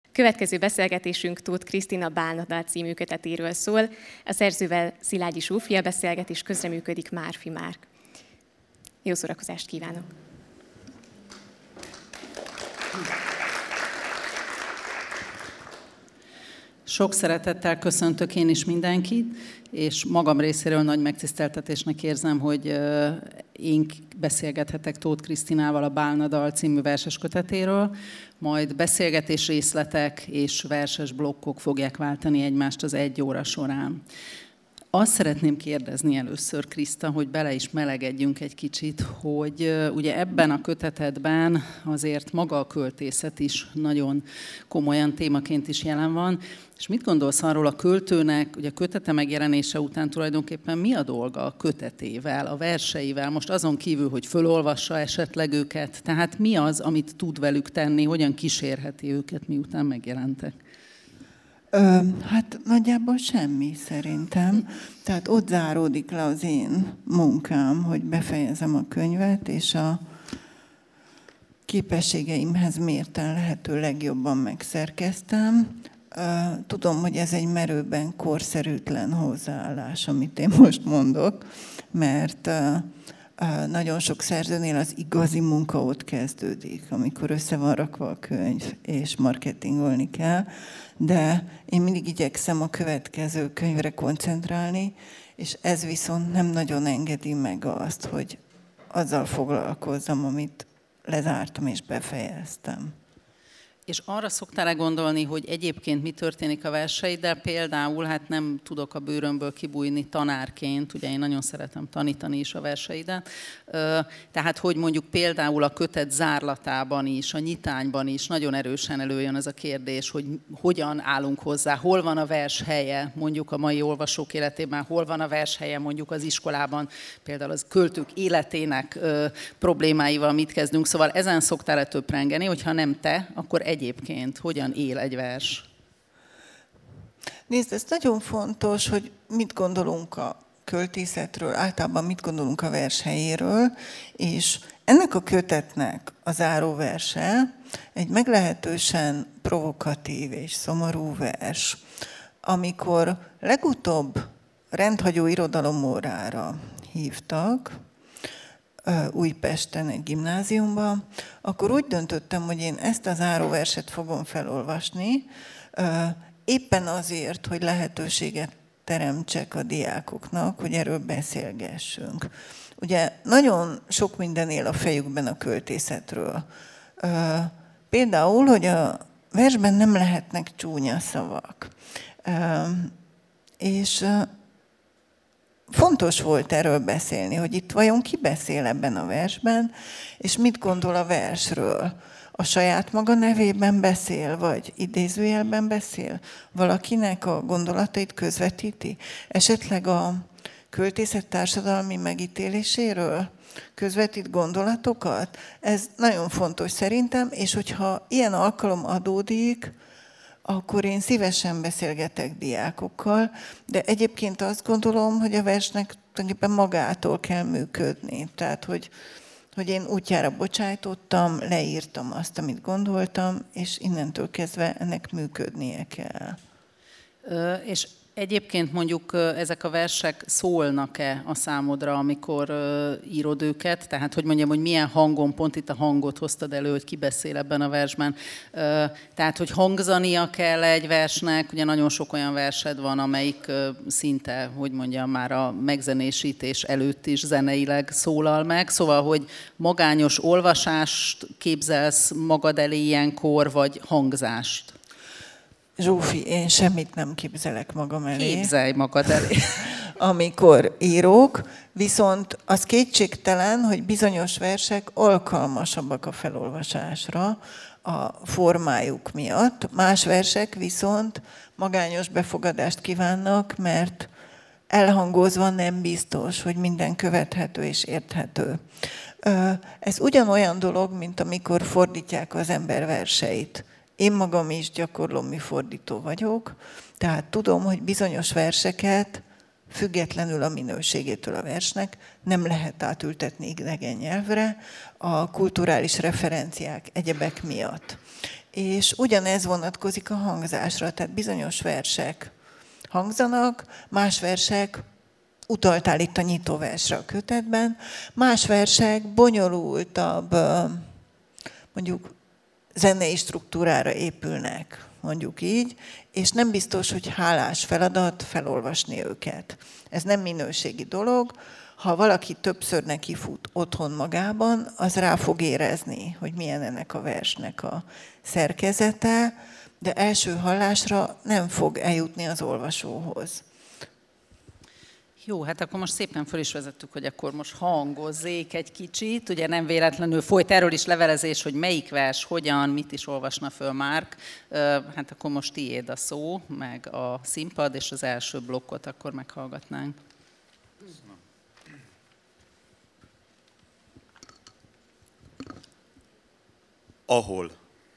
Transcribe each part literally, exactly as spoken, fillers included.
Következő beszélgetésünk Tóth Krisztina Bálnadal című kötetéről szól. A szerzővel Szilágyi Zsófia beszélget, és közreműködik Márfi Márk. Jó szórakozást kívánok! Sok szeretettel köszöntök én is mindenkit, és magam részéről nagy megtiszteltetésnek érzem, hogy én beszélgethetek Tóth Krisztinával a Bálnadal című verses kötetéről, majd beszélgetés részletek és verses blokkok fogják váltani egymást az egy óra során. Azt szeretném kérdezni először, Kriszta, hogy bele is melegedjünk egy kicsit, hogy ugye ebben a kötetedben azért maga a költészet is nagyon komolyan témaként is jelen van, és mit gondolsz arról a költőnek, ugye a kötete megjelenése után tulajdonképpen mi a dolga a kötetével, a verseivel, most azon kívül, hogy fölolvassa esetleg őket, tehát mi az, amit tud velük tenni, hogyan kísérheti őket, miután megjelentek? Ö, hát nagyjából semmi szerintem. Tehát ott záródik le az én munkám, hogy befejezem a könyvet, és a képességeimhez mérten lehető legjobban megszerkeztem. Ö, tudom, hogy ez egy merőben korszerűtlen hozzáállás, amit én most mondok, mert ö, ö, nagyon sok szerzőnél az igazi munka ott kezdődik, amikor össze van rakva a könyv, és marketingolni kell. De én mindig igyekszem a következő könyvre koncentrálni, és ez viszont nem nagyon engedi meg azt, hogy azzal foglalkozzam, amit lezártam és befejeztem. És arra szoktál-e gondolni, hogy egyébként mi történik a verseiddel? Például, hát nem tudok a bőrömből kibújni tanárként, ugye én nagyon szeretem tanítani is a verseidet. Tehát, hogy mondjuk például a kötet zárlatában is, a nyitányban is nagyon erősen előjön ez a kérdés, hogy hogyan állunk hozzá, hol van a vers helye, mondjuk a mai olvasók életében, hol van a vers helye mondjuk az iskolában, például az költők életének problémáival mit kezdünk. Szóval ezen szoktál-e töprengeni, hogyha nem te, akkor egyébként hogyan él egy vers? Nézd, ez nagyon fontos, hogy mit gondolunk a költészetről, általában mit gondolunk a vers helyéről, és ennek a kötetnek a záróverse egy meglehetősen provokatív és szomorú vers. Amikor legutóbb rendhagyó irodalomórára hívtak, Újpesten egy gimnáziumba, akkor úgy döntöttem, hogy én ezt a záróverset fogom felolvasni, éppen azért, hogy lehetőséget teremtsek a diákoknak, hogy erről beszélgessünk. Ugye nagyon sok minden él a fejükben a költészetről. Például, hogy a versben nem lehetnek csúnya szavak. És fontos volt erről beszélni, hogy itt vajon ki beszél ebben a versben, és mit gondol a versről. A saját maga nevében beszél, vagy idézőjelben beszél? Valakinek a gondolatait közvetíti? Esetleg a költészet társadalmi megítéléséről közvetít gondolatokat? Ez nagyon fontos szerintem, és hogyha ilyen alkalom adódik, akkor én szívesen beszélgetek diákokkal, de egyébként azt gondolom, hogy a versnek tulajdonképpen magától kell működni. Tehát, hogy, hogy én útjára bocsájtottam, leírtam azt, amit gondoltam, és innentől kezdve ennek működnie kell. Ö, és egyébként mondjuk ezek a versek szólnak-e a számodra, amikor uh, írod őket? Tehát, hogy mondjam, hogy milyen hangon, pont itt a hangot hoztad elő, hogy ki beszél ebben a versben. Uh, tehát, hogy hangzania kell egy versnek, ugye nagyon sok olyan versed van, amelyik uh, szinte, hogy mondjam, már a megzenésítés előtt is zeneileg szólal meg. Szóval, hogy magányos olvasást képzelsz magad elé ilyenkor, vagy hangzást? Zsófi, én semmit nem képzelek magam elé. Képzelj magad elé. Amikor írok, viszont az kétségtelen, hogy bizonyos versek alkalmasabbak a felolvasásra a formájuk miatt. Más versek viszont magányos befogadást kívánnak, mert elhangozva nem biztos, hogy minden követhető és érthető. Ez ugyanolyan dolog, mint amikor fordítják az ember verseit. Én magam is gyakorló műfordító vagyok, tehát tudom, hogy bizonyos verseket függetlenül a minőségétől a versnek nem lehet átültetni idegen nyelvre a kulturális referenciák, egyebek miatt. És ugyanez vonatkozik a hangzásra, tehát bizonyos versek hangzanak, más versek, utaltál itt a nyitóversre a kötetben, más versek bonyolultabb, mondjuk zenei struktúrára épülnek, mondjuk így, és nem biztos, hogy hálás feladat felolvasni őket. Ez nem minőségi dolog. Ha valaki többször neki fut otthon magában, az rá fog érezni, hogy milyen ennek a versnek a szerkezete, de első hallásra nem fog eljutni az olvasóhoz. Jó, hát akkor most szépen föl is vezettük, hogy akkor most hangozzék egy kicsit. Ugye nem véletlenül folyt erről is levelezés, hogy melyik vers, hogyan, mit is olvasna föl Márk. Hát akkor most tiéd a szó, meg a színpad, és az első blokkot akkor meghallgatnánk. Ahol.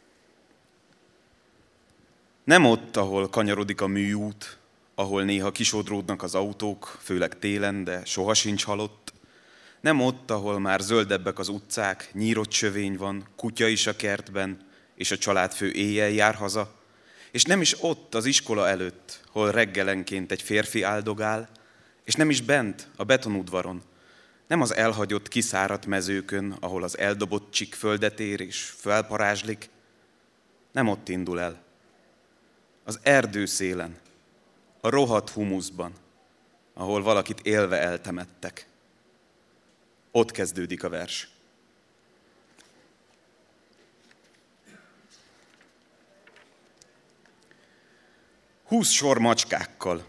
Nem ott, ahol kanyarodik a műút, ahol néha kisodródnak az autók, főleg télen, de soha sincs halott. Nem ott, ahol már zöldebbek az utcák, nyírott sövény van, kutya is a kertben, és a családfő éjjel jár haza. És nem is ott, az iskola előtt, hol reggelenként egy férfi áldogál, és nem is bent, a betonudvaron. Nem az elhagyott, kiszáradt mezőkön, ahol az eldobott csik földet ér és felparázslik. Nem ott indul el. Az erdő szélen, a rohadt humuszban, ahol valakit élve eltemettek. Ott kezdődik a vers. Húsz sor macskákkal.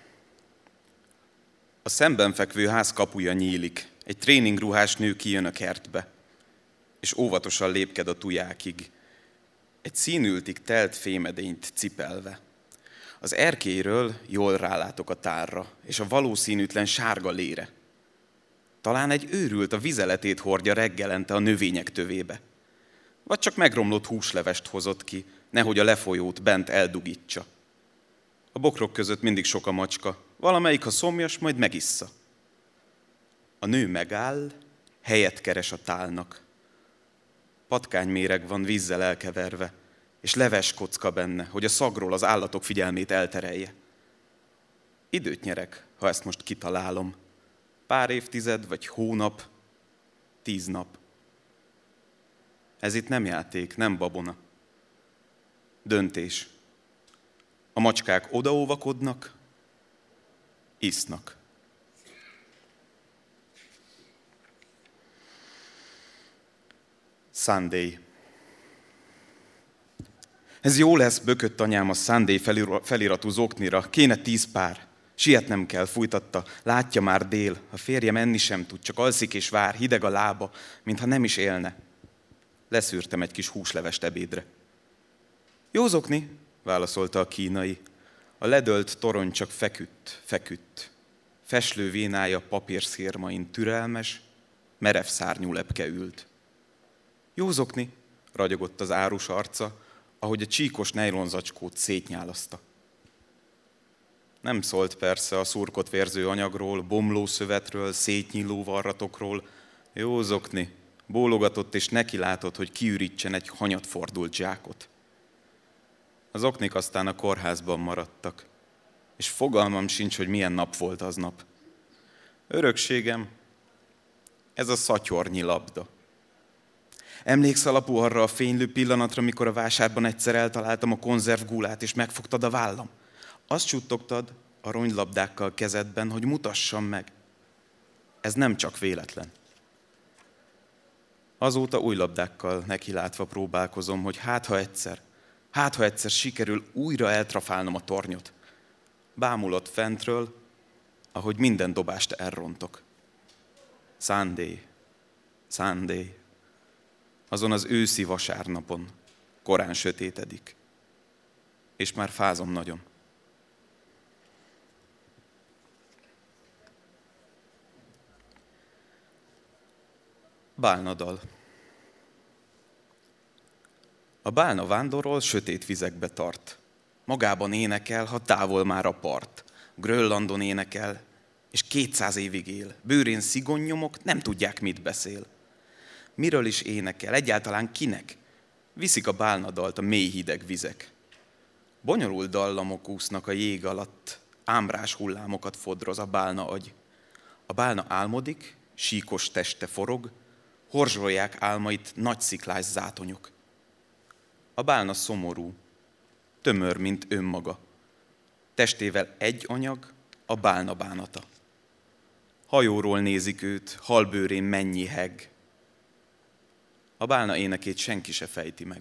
A szemben fekvő ház kapuja nyílik, egy tréningruhás nő kijön a kertbe, és óvatosan lépked a tujákig, egy színültig telt fémedényt cipelve. Az erkélyről jól rálátok a tárra, és a valószínűtlen sárga lére. Talán egy őrült a vizeletét hordja reggelente a növények tövébe. Vagy csak megromlott húslevest hozott ki, nehogy a lefolyót bent eldugítsa. A bokrok között mindig sok a macska, valamelyik, ha szomjas, majd megissza. A nő megáll, helyet keres a tálnak. Patkányméreg van vízzel elkeverve, és leves kocka benne, hogy a szagról az állatok figyelmét elterelje. Időt nyerek, ha ezt most kitalálom. Pár évtized, vagy hónap, tíz nap. Ez itt nem játék, nem babona. Döntés. A macskák odaóvakodnak, isznak. Sunday. Ez jó lesz, bökött anyám a Sunday feliratú zoknira. Kéne tíz pár. Sietnem kell, fújtatta. Látja már dél. A férjem enni sem tud, csak alszik és vár. Hideg a lába, mintha nem is élne. Leszűrtem egy kis húslevest ebédre. Jó zokni, válaszolta a kínai. A ledölt torony csak feküdt, feküdt. Feslő vénája papírszérmain türelmes, merev szárnyú lepke ült. Jó zokni, ragyogott az árus arca, ahogy a csíkos nejlonzacskót szétnyálaszta. Nem szólt persze a szurkot vérző anyagról, bomlószövetről, szétnyíló varratokról. Jó zokni, bólogatott és neki látott, hogy kiürítsen egy hanyatfordult zsákot. Az oknik aztán a kórházban maradtak, és fogalmam sincs, hogy milyen nap volt aznap. Örökségem, ez a szatyornyi labda. Emlékszel, apu, arra a fénylő pillanatra, mikor a vásárban egyszer eltaláltam a konzervgúlát, és megfogtad a vállam? Azt suttogtad aronylabdákkal kezedben, hogy mutassam meg. Ez nem csak véletlen. Azóta új labdákkal nekilátva próbálkozom, hogy hát ha egyszer, hát ha egyszer sikerül újra eltrafálnom a tornyot. Bámulott fentről, ahogy minden dobást elrontok. Sunday, Sunday. Azon az őszi vasárnapon korán sötétedik, és már fázom nagyon. Bálnadal. A bálna vándorol, sötét vizekbe tart. Magában énekel, ha távol már a part. Grönlandon énekel, és kétszáz évig él. Bőrén szigonnyomok, nem tudják, mit beszél. Miről is énekel? Egyáltalán kinek? viszik a bálnadalt a mély hideg vizek. Bonyolult dallamok úsznak a jég alatt, ámrás hullámokat fodroz a bálna agy. A bálna álmodik, síkos teste forog, horzsolják álmait nagy sziklás zátonyok. A bálna szomorú, tömör, mint önmaga. Testével egy anyag, a bálna bánata. Hajóról nézik őt, halbőrén mennyi heg. A bálna énekét senki se fejti meg.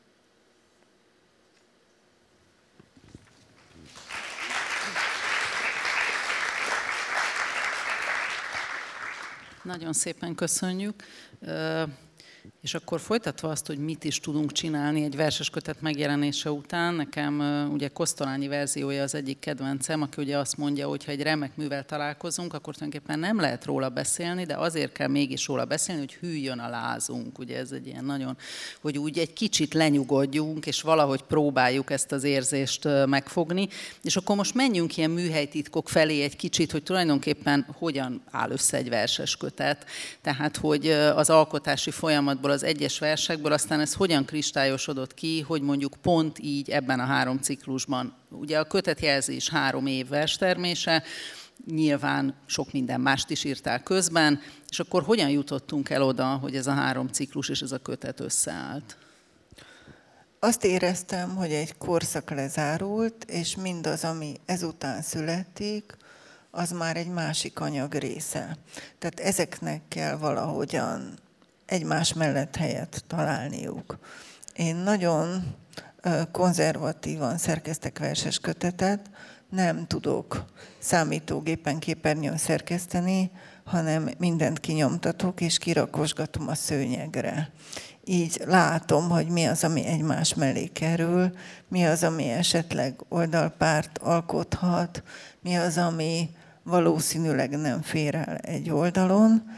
Nagyon szépen köszönjük. És akkor folytatva azt, hogy mit is tudunk csinálni egy verseskötet megjelenése után, nekem ugye Kosztolányi verziója az egyik kedvencem, aki ugye azt mondja, hogy ha egy remek művel találkozunk, akkor tulajdonképpen nem lehet róla beszélni, de azért kell mégis róla beszélni, hogy hűljön a lázunk. Ugye ez egy ilyen nagyon, hogy úgy egy kicsit lenyugodjunk, és valahogy próbáljuk ezt az érzést megfogni. És akkor most menjünk ilyen műhelytitkok felé egy kicsit, hogy tulajdonképpen hogyan áll össze egy verseskötet. Tehát, hogy az alkotási folyamatból, az egyes versekből, aztán ez hogyan kristályosodott ki, hogy mondjuk pont így ebben a három ciklusban. Ugye a kötetjelzés három év verstermése, nyilván sok minden mást is írtál közben, és akkor hogyan jutottunk el oda, hogy ez a három ciklus és ez a kötet összeállt? Azt éreztem, hogy egy korszak lezárult, és mindaz, ami ezután születik, az már egy másik anyag része. Tehát ezeknek kell valahogyan egymás mellett helyet találniuk. Én nagyon konzervatívan szerkesztek verses kötetet, nem tudok számítógépen, képernyőn szerkeszteni, hanem mindent kinyomtatok és kirakosgatom a szőnyegre. Így látom, hogy mi az, ami egymás mellé kerül, mi az, ami esetleg oldalpárt alkothat, mi az, ami valószínűleg nem fér el egy oldalon.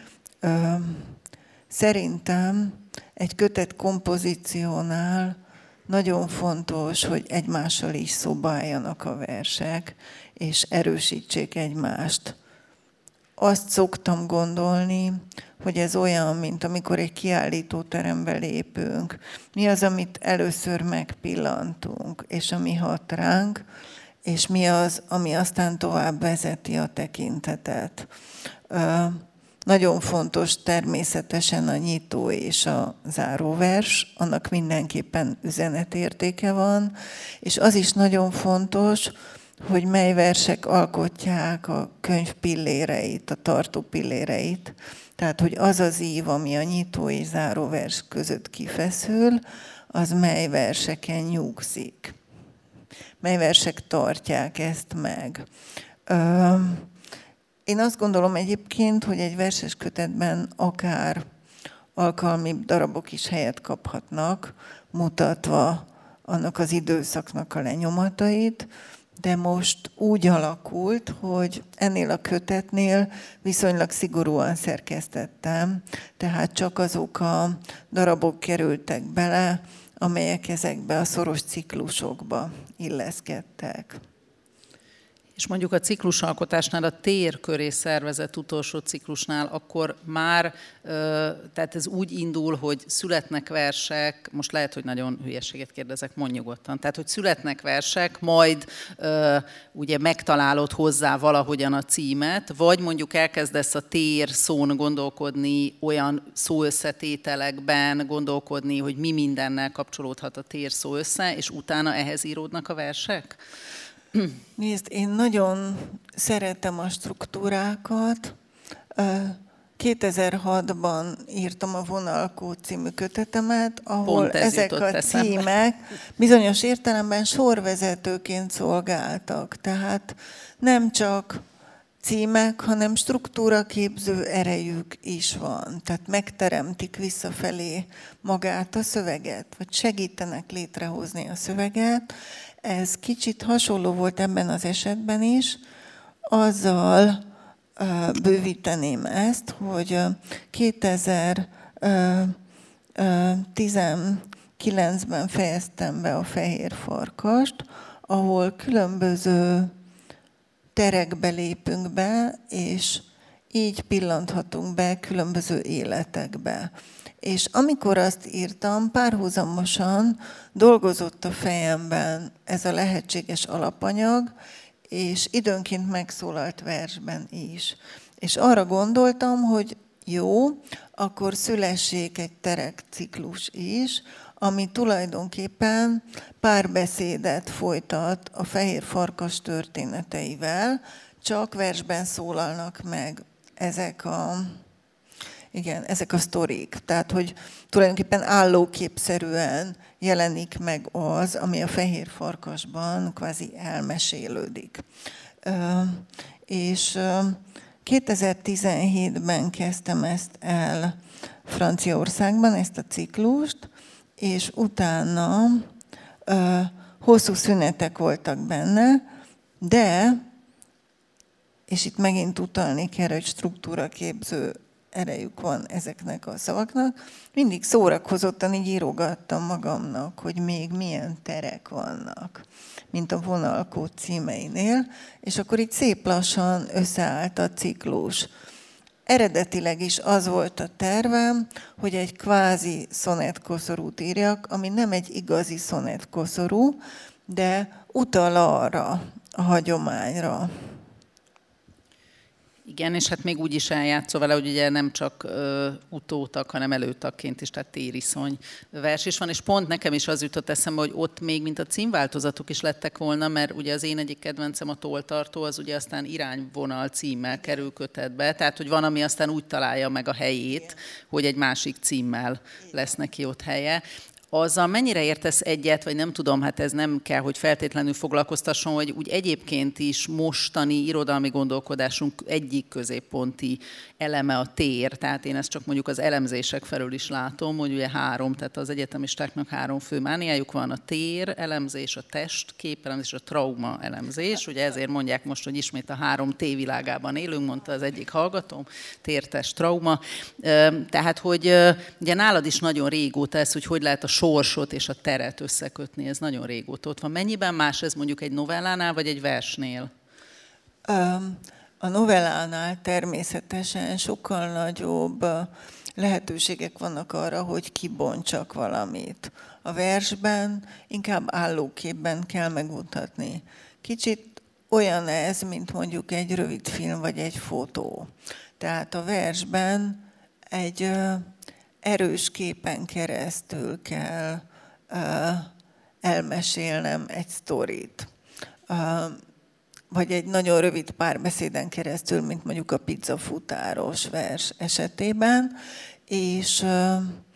Szerintem egy kötet kompozíciónál nagyon fontos, hogy egymással is szóba álljanak a versek, és erősítsék egymást. Azt szoktam gondolni, hogy ez olyan, mint amikor egy kiállítóterembe lépünk. Mi az, amit először megpillantunk, és ami hat ránk, és mi az, ami aztán tovább vezeti a tekintetet. Nagyon fontos természetesen a nyitó és a záróvers, annak mindenképpen üzenetértéke van, és az is nagyon fontos, hogy mely versek alkotják a könyv pilléreit, a tartó pilléreit. Tehát, hogy az az ív, ami a nyitó és záróvers között kifeszül, az mely verseken nyugszik. Mely versek tartják ezt meg. Én azt gondolom egyébként, hogy egy verses kötetben akár alkalmi darabok is helyet kaphatnak, mutatva annak az időszaknak a lenyomatait, de most úgy alakult, hogy ennél a kötetnél viszonylag szigorúan szerkesztettem, tehát csak azok a darabok kerültek bele, amelyek ezekbe a szoros ciklusokba illeszkedtek. És mondjuk a ciklusalkotásnál, a tér köré szervezett utolsó ciklusnál, akkor már, tehát ez úgy indul, hogy születnek versek, most lehet, hogy nagyon hülyeséget kérdezek, mondj nyugodtan, tehát hogy születnek versek, majd ugye megtalálod hozzá valahogyan a címet, vagy mondjuk elkezdesz a tér szón gondolkodni, olyan szóösszetételekben gondolkodni, hogy mi mindennel kapcsolódhat a tér szó össze, és utána ehhez íródnak a versek? Nézd, én nagyon szeretem a struktúrákat. kétezer-hatban írtam a Vonalkód című kötetemet, ahol ez ezek a eszembe. Címek bizonyos értelemben sorvezetőként szolgáltak. Tehát nem csak címek, hanem struktúraképző erejük is van. Tehát megteremtik visszafelé magát a szöveget, vagy segítenek létrehozni a szöveget. Ez kicsit hasonló volt ebben az esetben is, azzal uh, bővíteném ezt, hogy uh, kétezer-tizenkilencben fejeztem be a Fehér Farkast, ahol különböző terekbe lépünk be, és így pillanthatunk be különböző életekbe. És amikor azt írtam, párhuzamosan dolgozott a fejemben ez a lehetséges alapanyag, és időnként megszólalt versben is. És arra gondoltam, hogy jó, akkor szülessék egy terekciklus is, ami tulajdonképpen párbeszédet folytat a fehér farkas történeteivel, csak versben szólalnak meg ezek a, igen, ezek a sztorik. Tehát, hogy tulajdonképpen állóképszerűen jelenik meg az, ami a fehér farkasban kvázi elmesélődik. És kétezer-tizenhétben kezdtem ezt el Franciaországban, ezt a ciklust, és utána ö, hosszú szünetek voltak benne, de, és itt megint utalni kell, hogy struktúraképző erejük van ezeknek a szavaknak, mindig szórakozottan így írogattam magamnak, hogy még milyen terek vannak, mint a Vonalkód címeinél, és akkor így szép lassan összeállt a ciklus. Eredetileg is az volt a tervem, hogy egy kvázi szonetkoszorút írjak, ami nem egy igazi szonetkoszorú, de utal arra a hagyományra. Igen, és hát még úgy is eljátszol vele, hogy ugye nem csak ö, utótak, hanem előtakként is, tehát tériszony vers is van, és pont nekem is az jutott eszembe, hogy ott még mint a címváltozatok is lettek volna, mert ugye az én egyik kedvencem a Tolltartó, az ugye aztán irányvonal címmel kerül kötetbe, tehát hogy van, ami aztán úgy találja meg a helyét, hogy egy másik címmel lesz neki ott helye. Azzal mennyire értesz egyet, vagy nem tudom, hát ez nem kell, hogy feltétlenül foglalkoztasson, hogy úgy egyébként is mostani irodalmi gondolkodásunk egyik középponti eleme a tér. Tehát én ezt csak mondjuk az elemzések felől is látom, hogy ugye három, tehát az egyetemistáknak három fő mániájuk van, a tér elemzés, a test képelemzés, a trauma elemzés. Ugye ezért mondják most, hogy ismét a három tévilágában élünk, mondta az egyik hallgatóm, tér, test, trauma. Tehát, hogy ugye nálad is nagyon régóta ez, hogy hogy lehet a sorsot és a teret összekötni, ez nagyon régóta ott van. Mennyiben más ez mondjuk egy novellánál, vagy egy versnél? A novellánál természetesen sokkal nagyobb lehetőségek vannak arra, hogy kibontsak valamit. A versben inkább állóképben kell megmutatni. Kicsit olyan ez, mint mondjuk egy rövid film, vagy egy fotó. Tehát a versben egy erős képen keresztül kell uh, elmesélnem egy sztorit. Uh, vagy egy nagyon rövid párbeszéden keresztül, mint mondjuk a pizzafutáros vers esetében. És uh,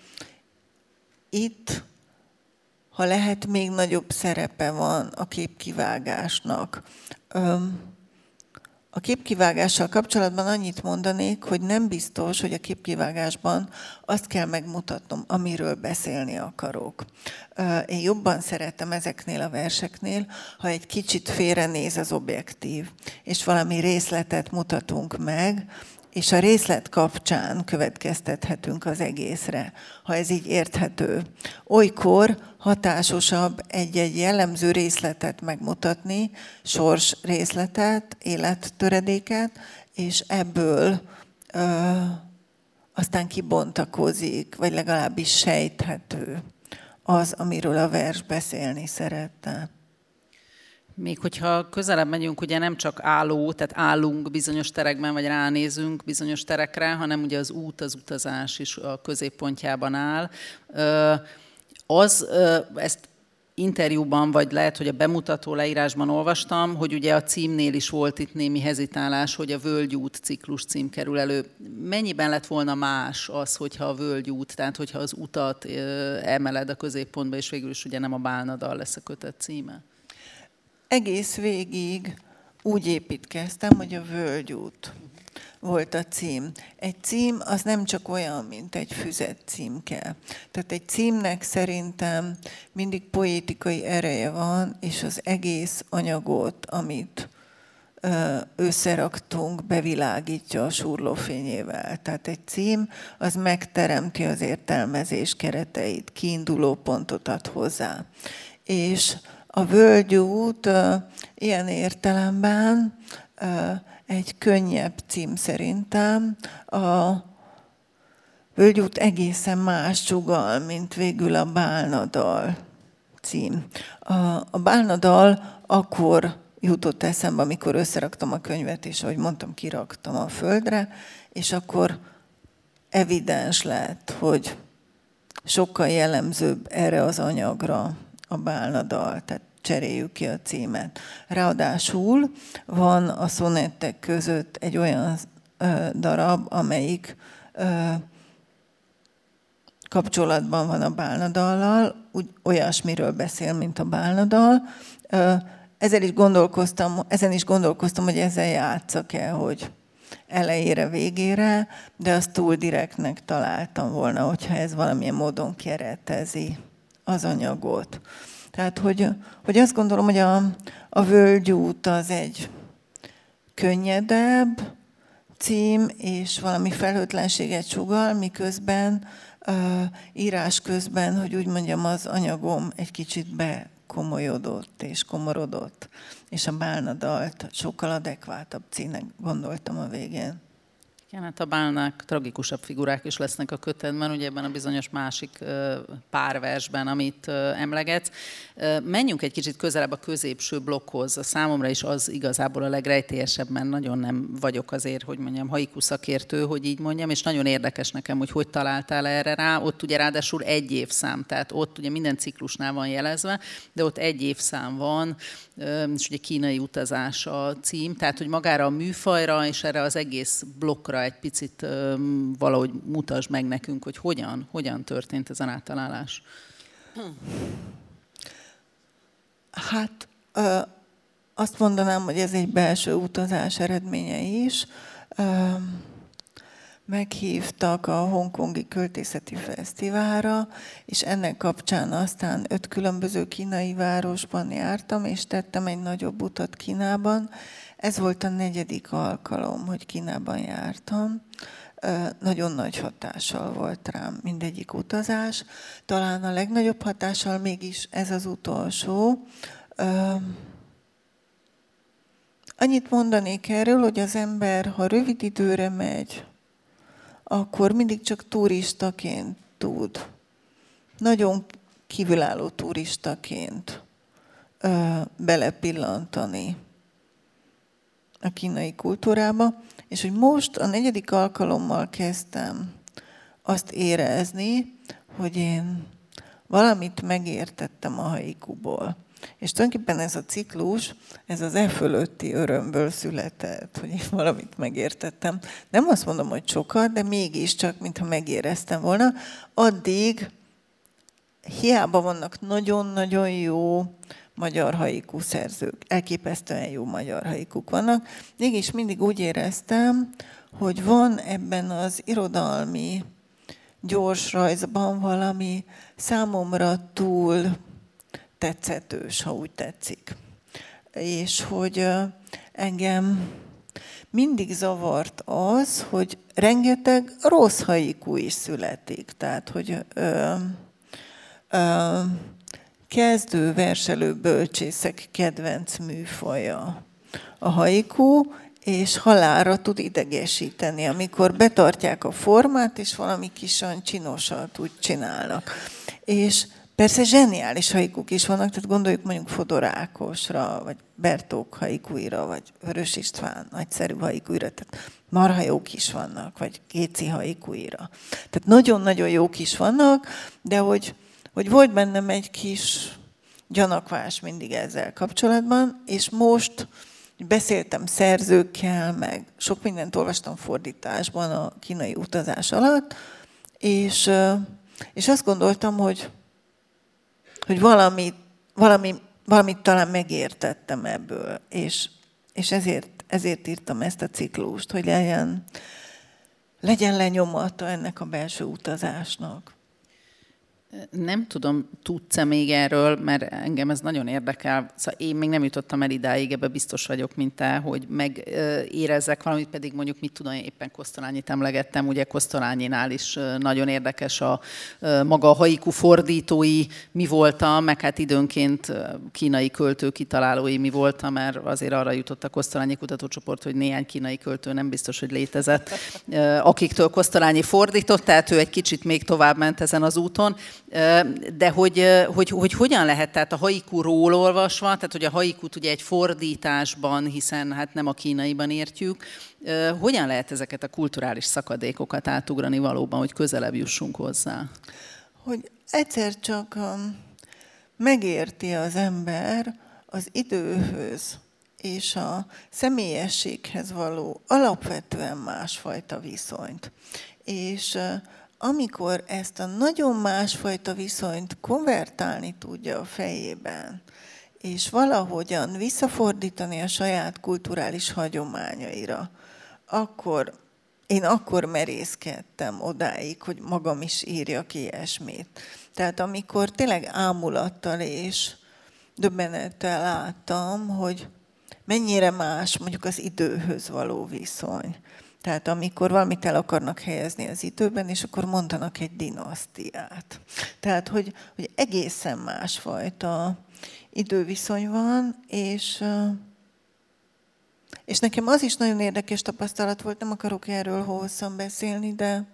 itt, ha lehet, még nagyobb szerepe van a képkivágásnak. Um, A képkivágással kapcsolatban annyit mondanék, hogy nem biztos, hogy a képkivágásban azt kell megmutatnom, amiről beszélni akarok. Én jobban szeretem ezeknél a verseknél, ha egy kicsit félrenéz az objektív, és valami részletet mutatunk meg, és a részlet kapcsán következtethetünk az egészre, ha ez így érthető. Olykor hatásosabb egy-egy jellemző részletet megmutatni, sors részletet, élettöredéket, és ebből ö, aztán kibontakozik, vagy legalábbis sejthető az, amiről a vers beszélni szerette. Még hogyha közelebb megyünk, ugye nem csak álló, tehát állunk bizonyos terekben, vagy ránézünk bizonyos terekre, hanem ugye az út, az utazás is a középpontjában áll. Az, ezt interjúban, vagy lehet, hogy a bemutató leírásban olvastam, hogy ugye a címnél is volt itt némi hezitálás, hogy a Völgyút ciklus cím kerül elő. Mennyiben lett volna más az, hogyha a Völgyút, tehát hogyha az utat emeled a középpontba, és végül is ugye nem a Bálnadal lesz a kötet címe? Egész végig úgy építkeztem, hogy a Völgyút volt a cím. Egy cím az nem csak olyan, mint egy füzet címke. Tehát egy címnek szerintem mindig poétikai ereje van, és az egész anyagot, amit összeraktunk, bevilágítja a surlófényével. Tehát egy cím az megteremti az értelmezés kereteit, kiinduló pontot ad hozzá. És a Völgyút ilyen értelemben egy könnyebb cím szerintem. A Völgyút egészen más csugal, mint végül a Bálnadal cím. A, a Bálnadal akkor jutott eszembe, amikor összeraktam a könyvet, és ahogy mondtam, kiraktam a földre, és akkor evidens lett, hogy sokkal jellemzőbb erre az anyagra a Bálnadal, tehát cseréljük ki a címet. Ráadásul van a szonettek között egy olyan ö, darab, amelyik ö, kapcsolatban van a Bálnadallal, úgy olyasmiről beszél, mint a Bálnadal. Ö, ezzel is gondolkoztam, ezen is gondolkoztam, hogy ezzel játsszak-e, hogy elejére, végére, de azt túl direktnek találtam volna, hogyha ez valamilyen módon keretezi az anyagot. Tehát, hogy, hogy azt gondolom, hogy a, a Völgyút az egy könnyedebb cím, és valami felhőtlenséget sugall, miközben uh, írás közben, hogy úgy mondjam, az anyagom egy kicsit bekomolyodott és komorodott, és a Bálnadalt sokkal adekvátabb címnek gondoltam a végén. Igen, hát a bálnák tragikusabb figurák is lesznek a kötetben, ugye ebben a bizonyos másik párversben, amit emlegetsz. Menjünk egy kicsit közelebb a középső blokkhoz. Számomra is az igazából a legrejtélyesebb, mert nagyon nem vagyok azért, hogy mondjam, haiku szakértő, hogy így mondjam, és nagyon érdekes nekem, hogy hogy találtál erre rá. Ott ugye ráadásul egy évszám, tehát ott ugye minden ciklusnál van jelezve, de ott egy évszám van, és ugye kínai utazás a cím, tehát hogy magára a műfajra és erre az egész blokkra egy picit um, valahogy mutasd meg nekünk, hogy hogyan, hogyan történt ez az átalálás. Hát ö, azt mondanám, hogy ez egy belső utazás eredménye is. Ö, meghívtak a Hongkongi Költészeti Fesztiválra, és ennek kapcsán aztán öt különböző kínai városban jártam, és tettem egy nagyobb utat Kínában. Ez volt a negyedik alkalom, hogy Kínában jártam. Nagyon nagy hatással volt rám mindegyik utazás. Talán a legnagyobb hatással mégis ez az utolsó. Annyit mondanék erről, hogy az ember, ha rövid időre megy, akkor mindig csak turistaként tud. Nagyon kívülálló turistaként belepillantani a kínai kultúrába, és hogy most a negyedik alkalommal kezdtem azt érezni, hogy én valamit megértettem a haikuból. És tulajdonképpen ez a ciklus, ez az e fölötti örömből született, hogy én valamit megértettem. Nem azt mondom, hogy sokat, de mégiscsak, mintha megéreztem volna. Addig hiába vannak nagyon-nagyon jó magyar haiku szerzők, elképesztően jó magyar haikuk vannak, mégis mindig úgy éreztem, hogy van ebben az irodalmi gyors rajzban valami számomra túl tetszetős, ha úgy tetszik. És hogy engem mindig zavart az, hogy rengeteg rossz haiku is születik. Tehát, hogy ö, ö, kezdő verselő bölcsészek kedvenc műfaja a haiku, és halálra tud idegesíteni, amikor betartják a formát, és valami kisan csinosat úgy csinálnak. És persze zseniális haikuk is vannak, tehát gondoljuk mondjuk Fodor Ákosra, vagy Bertók haikuira, vagy Vörös István nagyszerű haikuira, tehát marha jók is vannak, vagy Géci haikuira. Tehát nagyon-nagyon jók is vannak, de hogy, hogy volt bennem egy kis gyanakvás mindig ezzel kapcsolatban, és most beszéltem szerzőkkel, meg sok mindent olvastam fordításban a kínai utazás alatt, és, és azt gondoltam, hogy hogy valamit, valami, valamit talán megértettem ebből, és, és ezért, ezért írtam ezt a ciklust, hogy legyen, legyen lenyomata ennek a belső utazásnak. Nem tudom, tudsz-e még erről, mert engem ez nagyon érdekel. Szóval én még nem jutottam el idáig, ebbe biztos vagyok, mint te, hogy megérezzek valamit, pedig mondjuk mit tudom, éppen Kosztolányit emlegettem, ugye Kosztolányinál is nagyon érdekes a maga a haiku fordítói mi voltam, meg hát időnként kínai költő kitalálói mi voltam, mert azért arra jutott a Kosztolányi kutatócsoport, hogy néhány kínai költő nem biztos, hogy létezett, akiktől Kosztolányi fordított, tehát ő egy kicsit még tovább ment ezen az úton. De hogy, hogy, hogy hogyan lehet, tehát a haikuról olvasva, tehát hogy a haikut ugye egy fordításban, hiszen hát nem a kínaiban értjük, hogyan lehet ezeket a kulturális szakadékokat átugrani valóban, hogy közelebb jussunk hozzá? Hogy egyszer csak um, megérti az ember az időhöz és a személyességhez való alapvetően másfajta viszonyt. És uh, amikor ezt a nagyon másfajta viszonyt konvertálni tudja a fejében, és valahogyan visszafordítani a saját kulturális hagyományaira, akkor én akkor merészkedtem odáig, hogy magam is írjak ilyesmit. Tehát amikor tényleg ámulattal és döbbenettel láttam, hogy mennyire más mondjuk az időhöz való viszony. Tehát amikor valamit el akarnak helyezni az időben, és akkor mondanak egy dinasztiát. Tehát, hogy, hogy egészen másfajta időviszony van, és, és nekem az is nagyon érdekes tapasztalat volt, nem akarok erről hosszan beszélni, de,